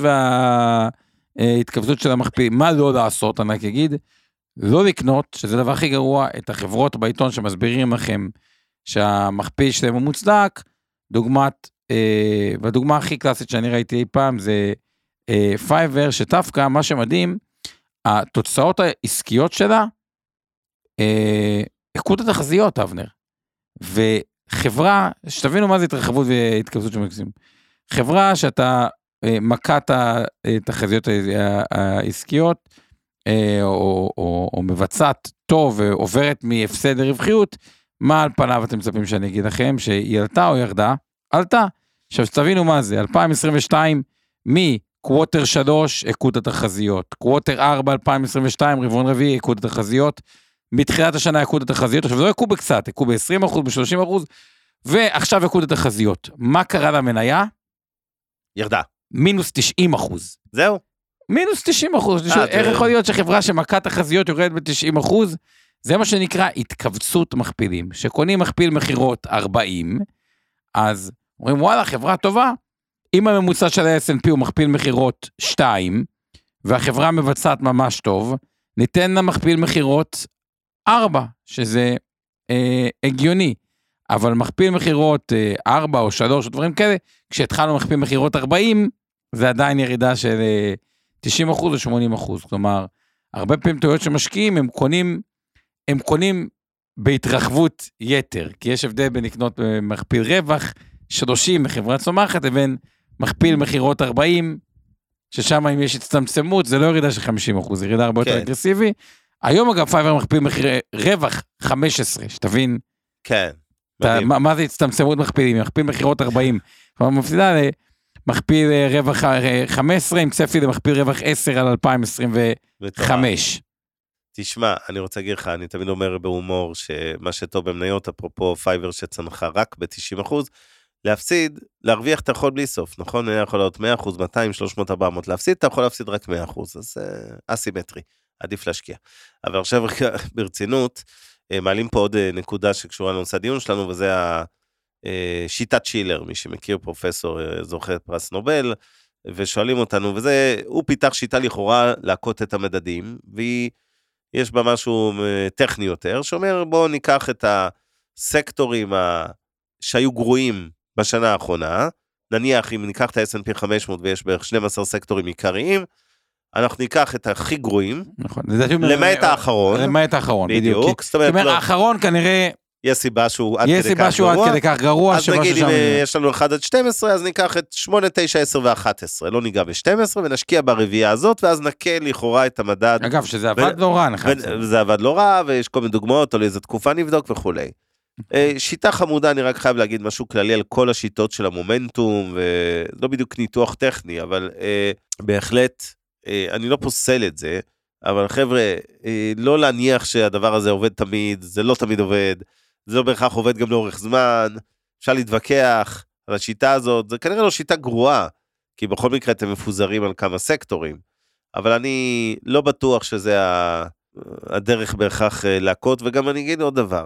וההתכווצות של המכפילים, מה לא לעשות, אני רק אגיד, לא לקנות, שזה דבר הכי גרוע, את החברות בעיתון שמסבירים לכם שהמכפיל שלהם הוא מוצדק, דוגמת, אה, והדוגמה הכי קלאסית שאני ראיתי אי פעם זה פייבר, שדווקא מה שמדהים, התוצאות העסקיות שלה, איכות התחזיות, אבנר, וחברה, שתבינו מה זה התרחבות והתכווצות של מקסימום, חברה שאתה מקת התחזיות העסקיות, או, או, או מבצעת טוב, ועוברת מהפסד לרווחיות, מה על פניו אתם מצפים שאני אגיד לכם, שהיא עלתה או ירדה? עלתה. עכשיו שתבינו מה זה, אלפיים עשרים ושתיים, מי? קווטר שלוש, איכות התחזיות, קווטר ארבע, אלפיים עשרים ושתיים, רבעון רביעי, איכות התחזיות, מתחילת השנה איכות התחזיות, עכשיו זה לא איכות בקצת, איכות ב-עשרים אחוז, ב-שלושים אחוז, ועכשיו איכות התחזיות. מה קרה למניה? ירדה. מינוס תשעים אחוז. זהו. מינוס תשעים אחוז, איך יכול להיות שחברה שמכת תחזיות יורדת ב-תשעים אחוז? זה מה שנקרא התכווצות מכפילים, שקונים מכפיל מחירות ארבעים, אז אומרים וואלה, חברה טובה, אם הממוצע של ה-אס אנד פי הוא מכפיל מחירות שתיים, והחברה מבצעת ממש טוב, ניתן לה מכפיל מחירות ארבע, שזה אה, הגיוני, אבל מכפיל מחירות אה, ארבע או שלוש או דברים כאלה, כשהתחלנו מכפיל מחירות ארבעים, זה עדיין ירידה של אה, תשעים אחוז או שמונים אחוז, כלומר, הרבה פעמים טעויות שמשקיעים, הם קונים, הם קונים בהתרחבות יתר, כי יש הבדל בין לקנות מכפיל רווח, שלושים מחברה צומחת, לבין מכפיל מחירות ארבעים, ששם אם יש הצטמצמות, זה לא ירידה של חמישים אחוז, זה ירידה הרבה יותר אגרסיבי. היום אגב פייבר מכפיל מחיר רווח חמש עשרה, שתבין. כן. מה, מה זה הצטמצמות מכפילים? מכפיל מחירות ארבעים. כלומר, מפסידה למכפיל רווח חמש עשרה, עם צפי למכפיל רווח עשר על אלפיים עשרים וחמש. תשמע, אני רוצה להגיד לך, אני תמיד אומר בהומור, שמה שטוב במניות, אפרופו פייבר שצנחה רק ב-תשעים אחוז, להפסיד, להרוויח אתה יכול בלי סוף, נכון? היה יכול להיות מאה אחוז, מאתיים, שלוש מאות, ארבע מאות, להפסיד, אתה יכול להפסיד רק מאה אחוז, אז uh, אסימטרי, עדיף להשקיע. אבל עכשיו ברצינות, uh, מעלים פה עוד uh, נקודה שקשורה לנושא הדיון שלנו, וזה השיטת שילר, מי שמכיר פרופסור uh, זוכה פרס נובל, ושואלים אותנו, וזה, הוא פיתח שיטה לכאורה להכות את המדדים, ויש בה משהו טכני יותר, שאומר בואו ניקח את הסקטורים ה... שהיו גרועים בשנה האחרונה, נניח אם ניקח את ה-אס אנד פי חמש מאות ויש בערך שנים עשר סקטורים עיקריים, אנחנו ניקח את הכי גרועים, נכון, למעט האחרון, למעט האחרון, בדיוק, זאת אומרת, האחרון כנראה, יש סיבה שהוא עד יש סיבה שהוא עד כדי כך גרוע, אז נגיד אם יש לנו אחד עד שתים עשרה, אז ניקח את שמונה, תשע, עשר ו-אחת עשרה, לא ניגע ב-שתים עשרה, ונשקיע ברביעייה הזאת, ואז נקה לכאורה את המדד. אגב, שזה עבד לא רע, זה עבד לא רע, ויש כל מיני דוגמאות, או לאיזו תקופה נבדוק וכולי. שיטה חמודה, אני רק חייב להגיד משהו כללי על כל השיטות של המומנטום, ולא בדיוק ניתוח טכני, אבל בהחלט, אני לא פוסל את זה, אבל חבר'ה, לא להניח שהדבר הזה עובד תמיד, זה לא תמיד עובד, זה לא בהכרח עובד גם לאורך זמן, אפשר להתווכח על השיטה הזאת, זה כנראה לא שיטה גרועה, כי בכל מקרה אתם מפוזרים על כמה סקטורים, אבל אני לא בטוח שזה הדרך בהכרח להכות, וגם אני אגיד עוד דבר,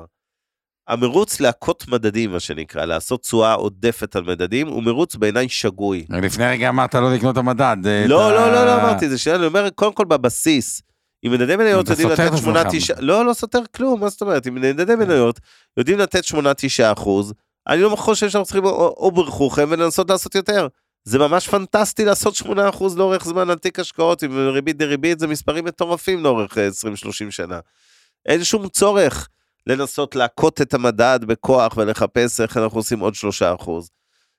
המרוץ להכות מדדים, מה שנקרא, לעשות תשואה עודפת על מדדים, הוא מרוץ בעיניי שגוי. לפני רגע אמרת לא לקנות את המדד. לא, לא, לא, לא אמרתי, זה שאלה, אני אומר, קודם כל בבסיס, אם מדדי מניות יודעים לתת שמונה תשע, לא, לא סותר כלום, מה זאת אומרת, אם מדדי מניות יודעים לתת שמונה תשע אחוז, אני לא חושב שאנחנו צריכים או ברכוכם ולנסות לעשות יותר. זה ממש פנטסטי לעשות שמונה אחוז לאורך זמן על תיק השקעות, עם ריבית דריבית, זה מספרים מטורפים לאורך עשרים שלושים שנה. אין שום צורך לנסות להכות את המדד בכוח ולחפש איך אנחנו עושים עוד שלושה אחוז.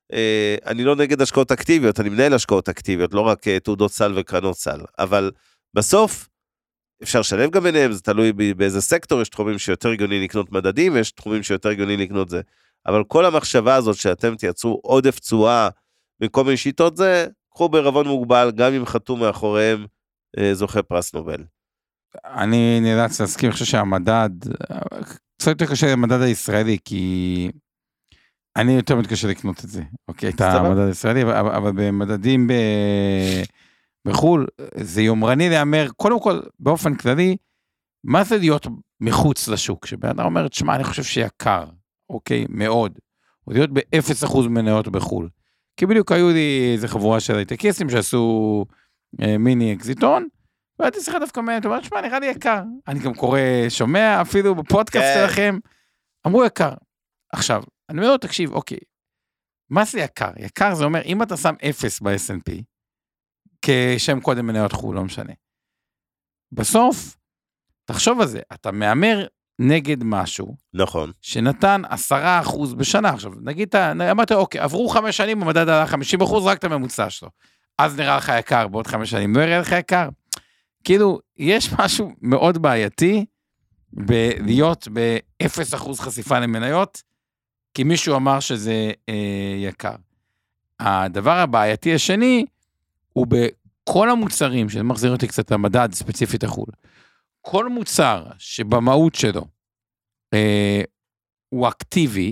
אני לא נגד השקעות אקטיביות, אני מנהל השקעות אקטיביות, לא רק תעודות סל וקרנות סל, אבל בסוף אפשר לשלב גם ביניהם, זה תלוי באיזה סקטור, יש תחומים שיותר הגיוני לקנות מדדים, ויש תחומים שיותר הגיוני לקנות זה, אבל כל המחשבה הזאת שאתם תייצרו עודף תשואה מכל מיני שיטות זה, קחו בערבון מוגבל, גם אם חתום מאחוריהם זוכה פרס נובל. אני נאלץ להסכים, אני חושב שהמדד, קצת יותר קשה למדד הישראלי, כי אני יותר מתקשה לקנות את זה, אוקיי, את המדד הישראלי, אבל במדדים בחול, זה יומרני לאמר, קודם כל, באופן כללי, מה זה להיות מחוץ לשוק, שבן אדם אומר, תשמע, אני חושב שיקר, אוקיי, מאוד, או להיות ב-אפס אחוז מניות בחול, כי בדיוק היו לי איזה חבורה של הייטקיסטים שעשו מיני אקזיטון, ואתה שיחה דווקא מהם, אתה אומר, תשמע, נראה לי יקר. אני גם קורא, שומע אפילו בפודקאסט שלכם, אמרו יקר. עכשיו, אני אומר לו, תקשיב, אוקיי, מה זה יקר? יקר זה אומר, אם אתה שם אפס ב-אס אנד פי, כשם קודם מניות חול, לא משנה. בסוף, תחשוב על זה, אתה מאמר נגד משהו, נכון. שנתן עשרה אחוז בשנה. עכשיו, נגיד, אמרת, אוקיי, עברו חמש שנים, המדד עלה חמישים אחוז, רק את הממוצע שלו. אז נראה לך יקר, בעוד חמש שנים, לא יראה לך יקר. כאילו, יש משהו מאוד בעייתי, בלהיות ב-אפס אחוז חשיפה למניות, כי מישהו אמר שזה אה, יקר. הדבר הבעייתי השני, הוא בכל המוצרים, שזה מחזיר אותי קצת למדד ספציפית החול, כל מוצר שבמהות שלו, אה, הוא אקטיבי,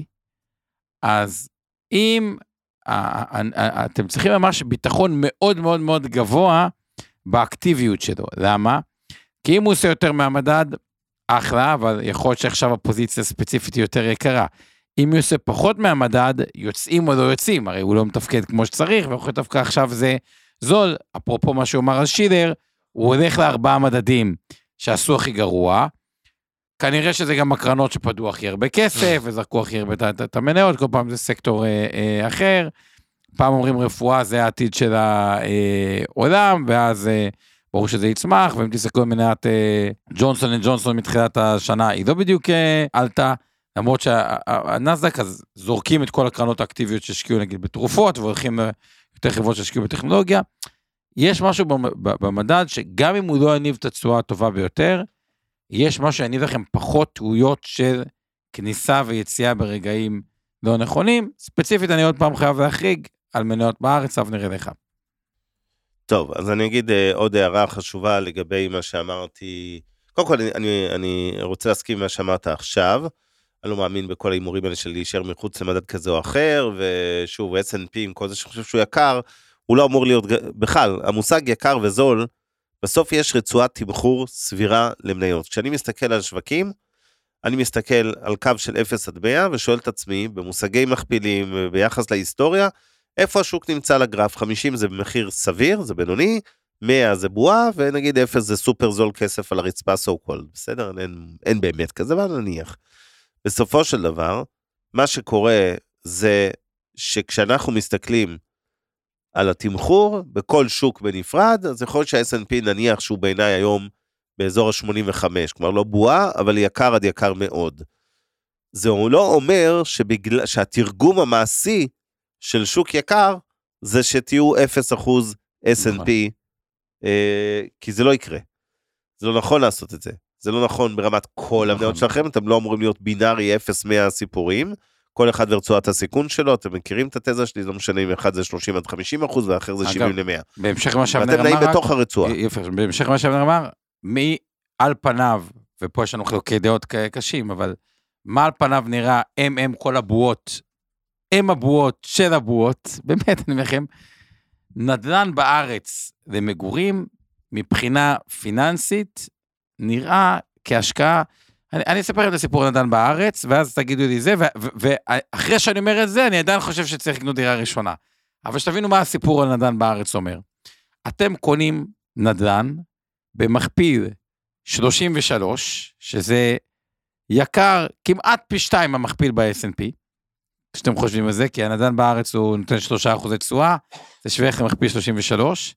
אז אם אה, אה, אתם צריכים ממש ביטחון מאוד מאוד מאוד גבוה, באקטיביות שלו. למה? כי אם הוא עושה יותר מהמדד, אחלה, אבל יכול להיות שעכשיו הפוזיציה הספציפית היא יותר יקרה. אם הוא עושה פחות מהמדד, יוצאים או לא יוצאים, הרי הוא לא מתפקד כמו שצריך, ויכול להיות דווקא עכשיו זה זול, אפרופו מה שהוא אמר על שילר, הוא הולך לארבעה מדדים שעשו הכי גרוע, כנראה שזה גם הקרנות שפדו הכי הרבה כסף, וזרקו הכי הרבה את המניות, כל פעם זה סקטור אה, אה, אחר, פעם אומרים רפואה זה העתיד של העולם, ואז ברור שזה יצמח, ואם תסתכלו על מניית ג'ונסון אנד ג'ונסון מתחילת השנה, היא לא בדיוק עלתה, למרות שהנסדק אז זורקים את כל הקרנות האקטיביות שהשקיעו נגיד בתרופות, והולכים יותר חברות שהשקיעו בטכנולוגיה. יש משהו במדד שגם אם הוא לא יניב את התשואה הטובה ביותר, יש משהו שיניב לכם פחות טעויות של כניסה ויציאה ברגעים לא נכונים. ספציפית אני עוד פעם חייב להחריג על מניות בארץ, אבל נראה לך. טוב, אז אני אגיד עוד הערה חשובה לגבי מה שאמרתי. קודם כל, אני, אני רוצה להסכים מה שאמרת עכשיו, אני לא מאמין בכל ההימורים האלה של להישאר מחוץ למדד כזה או אחר, ושוב, אס אנד פי עם כל זה שחושב שהוא יקר, הוא לא אמור להיות, בכלל, המושג יקר וזול, בסוף יש רצועת תמחור סבירה למניות. כשאני מסתכל על שווקים, אני מסתכל על קו של אפס עד מאה, ושואל את עצמי, במושגי מכפילים, ביחס להיסטוריה, איפה השוק נמצא לגרף? חמישים זה במחיר סביר, זה בינוני, מאה זה בועה, ונגיד אפס זה סופר זול כסף על הרצפה so called, בסדר? אין, אין באמת כזה, אבל נניח. בסופו של דבר, מה שקורה זה שכשאנחנו מסתכלים על התמחור, בכל שוק בנפרד, אז יכול להיות שה-אס אנד פי נניח שהוא בעיניי היום באזור ה-שמונים וחמש, כלומר לא בועה, אבל יקר עד יקר מאוד. זה לא אומר שבגלל, שהתרגום המעשי של שוק יקר, זה שתהיו אפס אחוז אס אנד פי, אה, כי זה לא יקרה. זה לא נכון לעשות את זה. זה לא נכון ברמת כל המניות שלכם, אתם לא אמורים להיות בינארי אפס מאה סיפורים, כל אחד ורצועת הסיכון שלו, אתם מכירים את התזה שלי, לא משנה אם אחד זה שלושים עד חמישים אחוז, ואחר זה שבעים למאה. בהמשך מה שאבנר אמר, ואתם נעים בתוך הרצועה. בהמשך מה שאבנר אמר, מי על פניו, ופה יש לנו חלוקי דעות קשים, אבל מה על פניו נראה, הם הם כל הבועות, הם הבועות של הבועות, באמת אני מכם, נדל"ן בארץ למגורים, מבחינה פיננסית, נראה כהשקעה, אני, אני אספר את הסיפור נדל"ן בארץ, ואז תגידו לי זה, ואחרי שאני אומר את זה, אני עדיין חושב שצריך לקנות דירה ראשונה. אבל שתבינו מה הסיפור על נדל"ן בארץ אומר. אתם קונים נדל"ן במכפיל שלושים ושלוש, שזה יקר כמעט פי שתיים המכפיל ב-אס אנד פי, כשאתם חושבים על זה, כי הנדל"ן בארץ הוא נותן שלושה אחוזי תשואה, זה שווה לכם מכפיל שלושים ושלוש,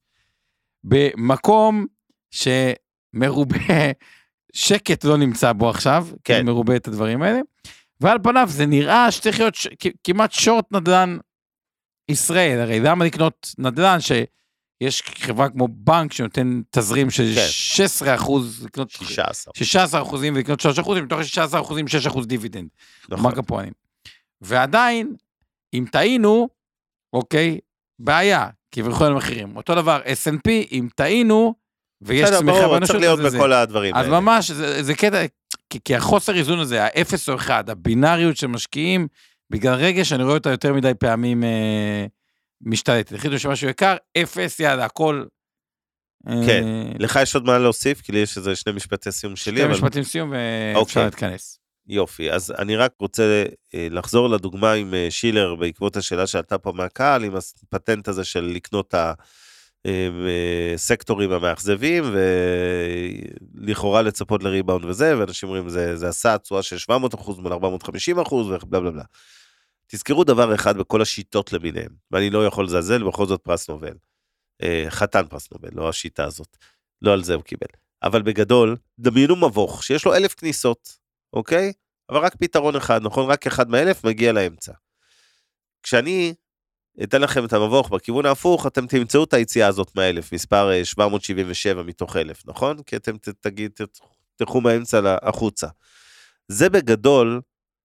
במקום שמרובה שקט לא נמצא בו עכשיו, כן. כי מרובה את הדברים האלה, ועל פניו זה נראה שצריך להיות ש... כמעט שורט נדל"ן ישראל, הרי למה לקנות נדל"ן שיש חברה כמו בנק שנותן תזרים של כן. שש עשרה אחוז, לקנות שש עשרה אחוזים ולקנות שלושה אחוזים, מתוך שש עשרה אחוזים שש אחוז דיבידנד, נכון. מה כפוענים. ועדיין, אם טעינו, אוקיי, בעיה, כי יברכו על המחירים. אותו דבר, אס אנד פי, אם טעינו, ויש צמיחה באנושות, צריך להיות בכל הדברים האלה. אז ממש, זה, זה קטע, כי, כי החוסר איזון הזה, האפס או אחד, הבינאריות שמשקיעים, בגלל רגע שאני רואה אותה יותר מדי פעמים אה, משתלטת. החליטו שמשהו יקר, אפס, יאללה, הכל... כן, אה, לך יש עוד מה להוסיף, כי לי יש איזה שני משפטי סיום שלי. שני אבל... משפטים סיום, ואפשר אוקיי. להתכנס. יופי, אז אני רק רוצה לחזור לדוגמה עם שילר, בעקבות השאלה שעלתה פה מהקהל, עם הפטנט הזה של לקנות את הסקטורים המאכזבים, ולכאורה לצפות לריבאונד וזה, ואנשים אומרים, זה, זה עשה צורה של שבע מאות אחוז מול ארבע מאות וחמישים אחוז, ובלה בלה בלה. תזכרו דבר אחד בכל השיטות למיניהם, ואני לא יכול לזלזל, בכל זאת פרס נובל. חתן פרס נובל, לא השיטה הזאת. לא על זה הוא קיבל. אבל בגדול, דמיינו מבוך, שיש לו אלף כניסות, אוקיי? אבל רק פתרון אחד, נכון? רק אחד מאלף מגיע לאמצע. כשאני אתן לכם את המבוך בכיוון ההפוך, אתם תמצאו את היציאה הזאת מהאלף, מספר שבע מאות שבעים ושבע מתוך אלף, נכון? כי אתם תגיד, תלכו מהאמצע החוצה. זה בגדול,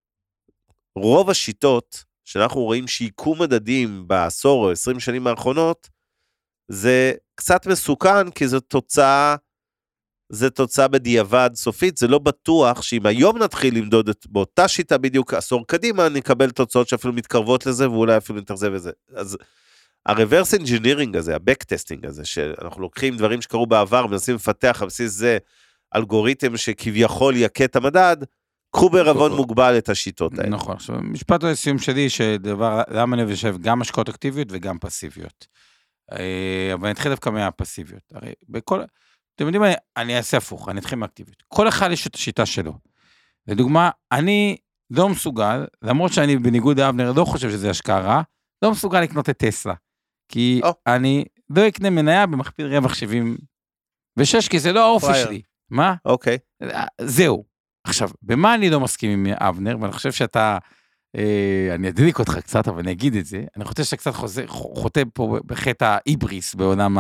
רוב השיטות שאנחנו רואים שיקום מדדים בעשור או עשרים שנים האחרונות, זה קצת מסוכן, כי זו תוצאה, זה תוצאה בדיעבד סופית, זה לא בטוח שאם היום נתחיל למדוד את, באותה שיטה בדיוק עשור קדימה, נקבל תוצאות שאפילו מתקרבות לזה, ואולי אפילו נתרזה בזה. אז ה-reverse engineering הזה, ה-backtasting הזה, שאנחנו לוקחים דברים שקרו בעבר, מנסים לפתח על בסיס זה, אלגוריתם שכביכול יקה את המדד, קחו בערבון מוגבל את השיטות האלה. נכון, עכשיו, משפט הסיום שלי, שדבר, למה אני חושב גם השקעות אקטיביות וגם פסיביות. אבל אני אתחיל דווקא מהפסיביות. הרי בכל... אתם יודעים, אני, אני אעשה הפוך, אני אתחיל מאקטיבית. כל אחד יש את השיטה שלו. לדוגמה, אני לא מסוגל, למרות שאני בניגוד לאבנר, לא חושב שזה השקעה רע, לא מסוגל לקנות את טסלה. כי oh. אני לא אקנה מניה במכפיל רווח שבעים ושש, כי זה לא האופי שלי. מה? אוקיי. Okay. זהו. עכשיו, במה אני לא מסכים עם אבנר, ואני חושב שאתה, אה, אני אדליק אותך קצת, אבל אני אגיד את זה, אני חושב שאתה קצת חוזה, חוטא פה בחטא האיבריס, בעולם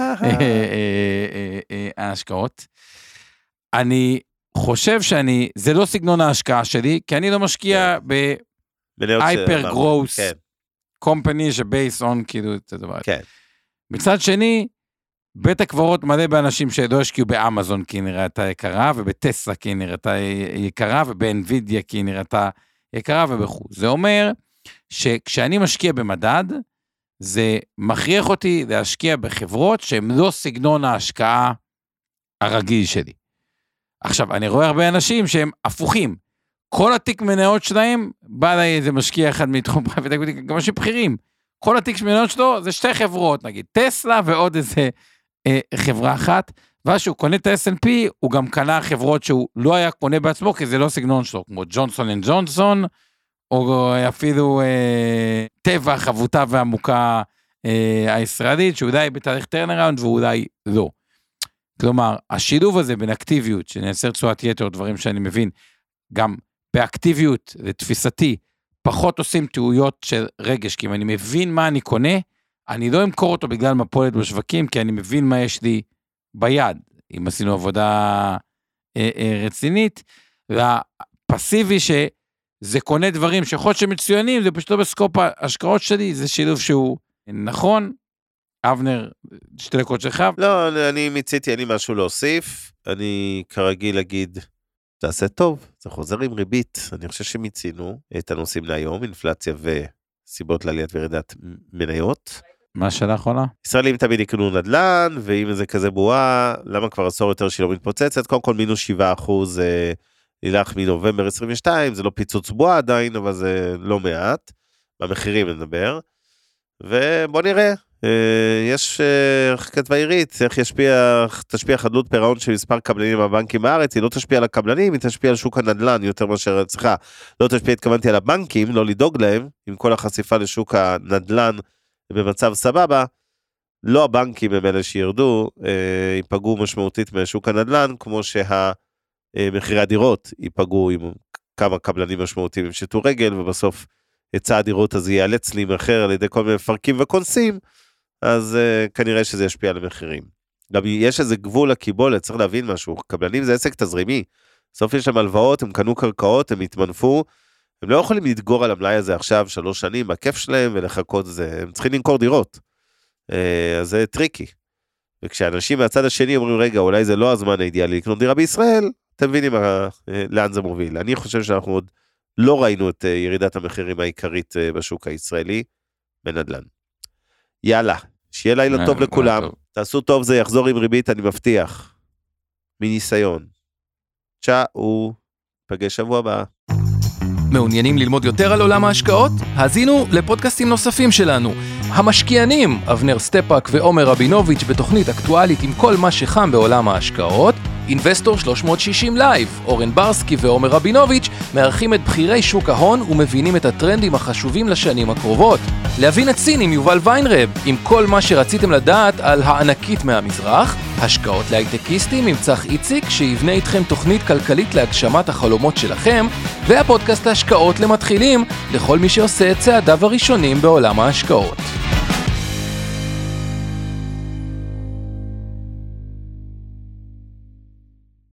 ההשקעות. אני חושב שאני, זה לא סגנון ההשקעה שלי, כי אני לא משקיע ב-hyper growth company שבייס on כאילו את הדבר. מצד שני, בית הקברות מלא באנשים שלא השקיעו באמזון כי היא נראתה יקרה, ובטסלה כי היא נראתה יקרה, ובאנווידיה כי היא נראתה יקרה ובחו. זה אומר שכשאני משקיע במדד, זה מכריח אותי להשקיע בחברות שהן לא סגנון ההשקעה הרגיל שלי. עכשיו, אני רואה הרבה אנשים שהם הפוכים. כל התיק מניות שלהם, בא לי איזה משקיע אחד מתחום פרייבט אקוויטי, גם אנשים בכירים. כל התיק מניות שלו זה שתי חברות, נגיד טסלה ועוד איזה אה, חברה אחת, ואז שהוא קונה את ה-אס אנד פי, הוא גם קנה חברות שהוא לא היה קונה בעצמו, כי זה לא סגנון שלו, כמו ג'ונסון אנד ג'ונסון, או אפילו אה, טבע חבוטה ועמוקה אה, הישראלית, שאולי בתהליך טרנראונד ואולי לא. כלומר, השילוב הזה בין אקטיביות, שנעשר תשואת יתר, דברים שאני מבין, גם באקטיביות, לתפיסתי, פחות עושים טעויות של רגש, כי אם אני מבין מה אני קונה, אני לא אמכור אותו בגלל מפולת בשווקים, כי אני מבין מה יש לי ביד, אם עשינו עבודה אה, אה, רצינית, והפסיבי שזה קונה דברים שיכול להיות שמצוינים, זה פשוט לא בסקופ ההשקעות שלי, זה שילוב שהוא נכון. אבנר, שתי דקות שלך. לא, אני מציתי, אני משהו להוסיף, אני כרגיל אגיד, תעשה טוב, זה חוזר עם ריבית, אני חושב שמיצינו את הנושאים להיום, אינפלציה וסיבות לעליית וירידת מניות. מה השאלה האחרונה? ישראלים תמיד יקנו נדל"ן, ואם זה כזה בועה, למה כבר עשור יותר שהיא לא מתפוצצת? קודם כל מינוס שבעה אחוז אה, נלך מנובמבר עשרים ושתיים, זה לא פיצוץ בועה עדיין, אבל זה לא מעט, במחירים נדבר, ובוא נראה, אה, יש אה, כתבה עירית, איך ישפיע, תשפיע חדלות פירעון של מספר קבלנים בבנקים בארץ, היא לא תשפיע על הקבלנים, היא תשפיע על שוק הנדל"ן יותר מאשר, סליחה, לא תשפיע, התכוונתי על הבנקים, לא לדאוג להם, עם כל החשיפה לשוק הנדל"ן, במצב סבבה, לא הבנקים הם אלה שירדו, אה, ייפגעו משמעותית משוק הנדל"ן, כמו שהמחירי הדירות ייפגעו עם כמה קבלנים משמעותיים עם שטו רגל, ובסוף היצע הדירות הזה ייאלץ להימכר על ידי כל מיני מפרקים וקונסים, אז אה, כנראה שזה ישפיע על המחירים. גם יש איזה גבול לקיבולת, צריך להבין משהו, קבלנים זה עסק תזרימי, בסוף יש להם הלוואות, הם קנו קרקעות, הם התמנפו, הם לא יכולים לדגור על המלאי הזה עכשיו שלוש שנים, בכיף שלהם ולחכות זה, הם צריכים למכור דירות. אז זה טריקי. וכשאנשים מהצד השני אומרים, רגע, אולי זה לא הזמן האידיאלי לקנות דירה בישראל, אתם מבינים לאן זה מוביל. אני חושב שאנחנו עוד לא ראינו את ירידת המחירים העיקרית בשוק הישראלי, בנדל"ן. יאללה, שיהיה לילה טוב לכולם. תעשו טוב, זה יחזור עם ריבית, אני מבטיח. מניסיון. צ'או, פגש שבוע הבא. מעוניינים ללמוד יותר על עולם ההשקעות? האזינו לפודקאסטים נוספים שלנו. המשקיענים, אבנר סטפאק ועומר רבינוביץ' בתוכנית אקטואלית עם כל מה שחם בעולם ההשקעות. אינבסטור שלוש מאות שישים לייב, אורן ברסקי ועומר רבינוביץ' מארחים את בחירי שוק ההון ומבינים את הטרנדים החשובים לשנים הקרובות. להבין את סין עם יובל ויינרב, עם כל מה שרציתם לדעת על הענקית מהמזרח. השקעות להייטקיסטים עם צח איציק, שיבנה איתכם תוכנית כלכלית להגשמת החלומות שלכם, והפודקאסט ההשקעות למתחילים, לכל מי שעושה את צעדיו הראשונים בעולם ההשקעות.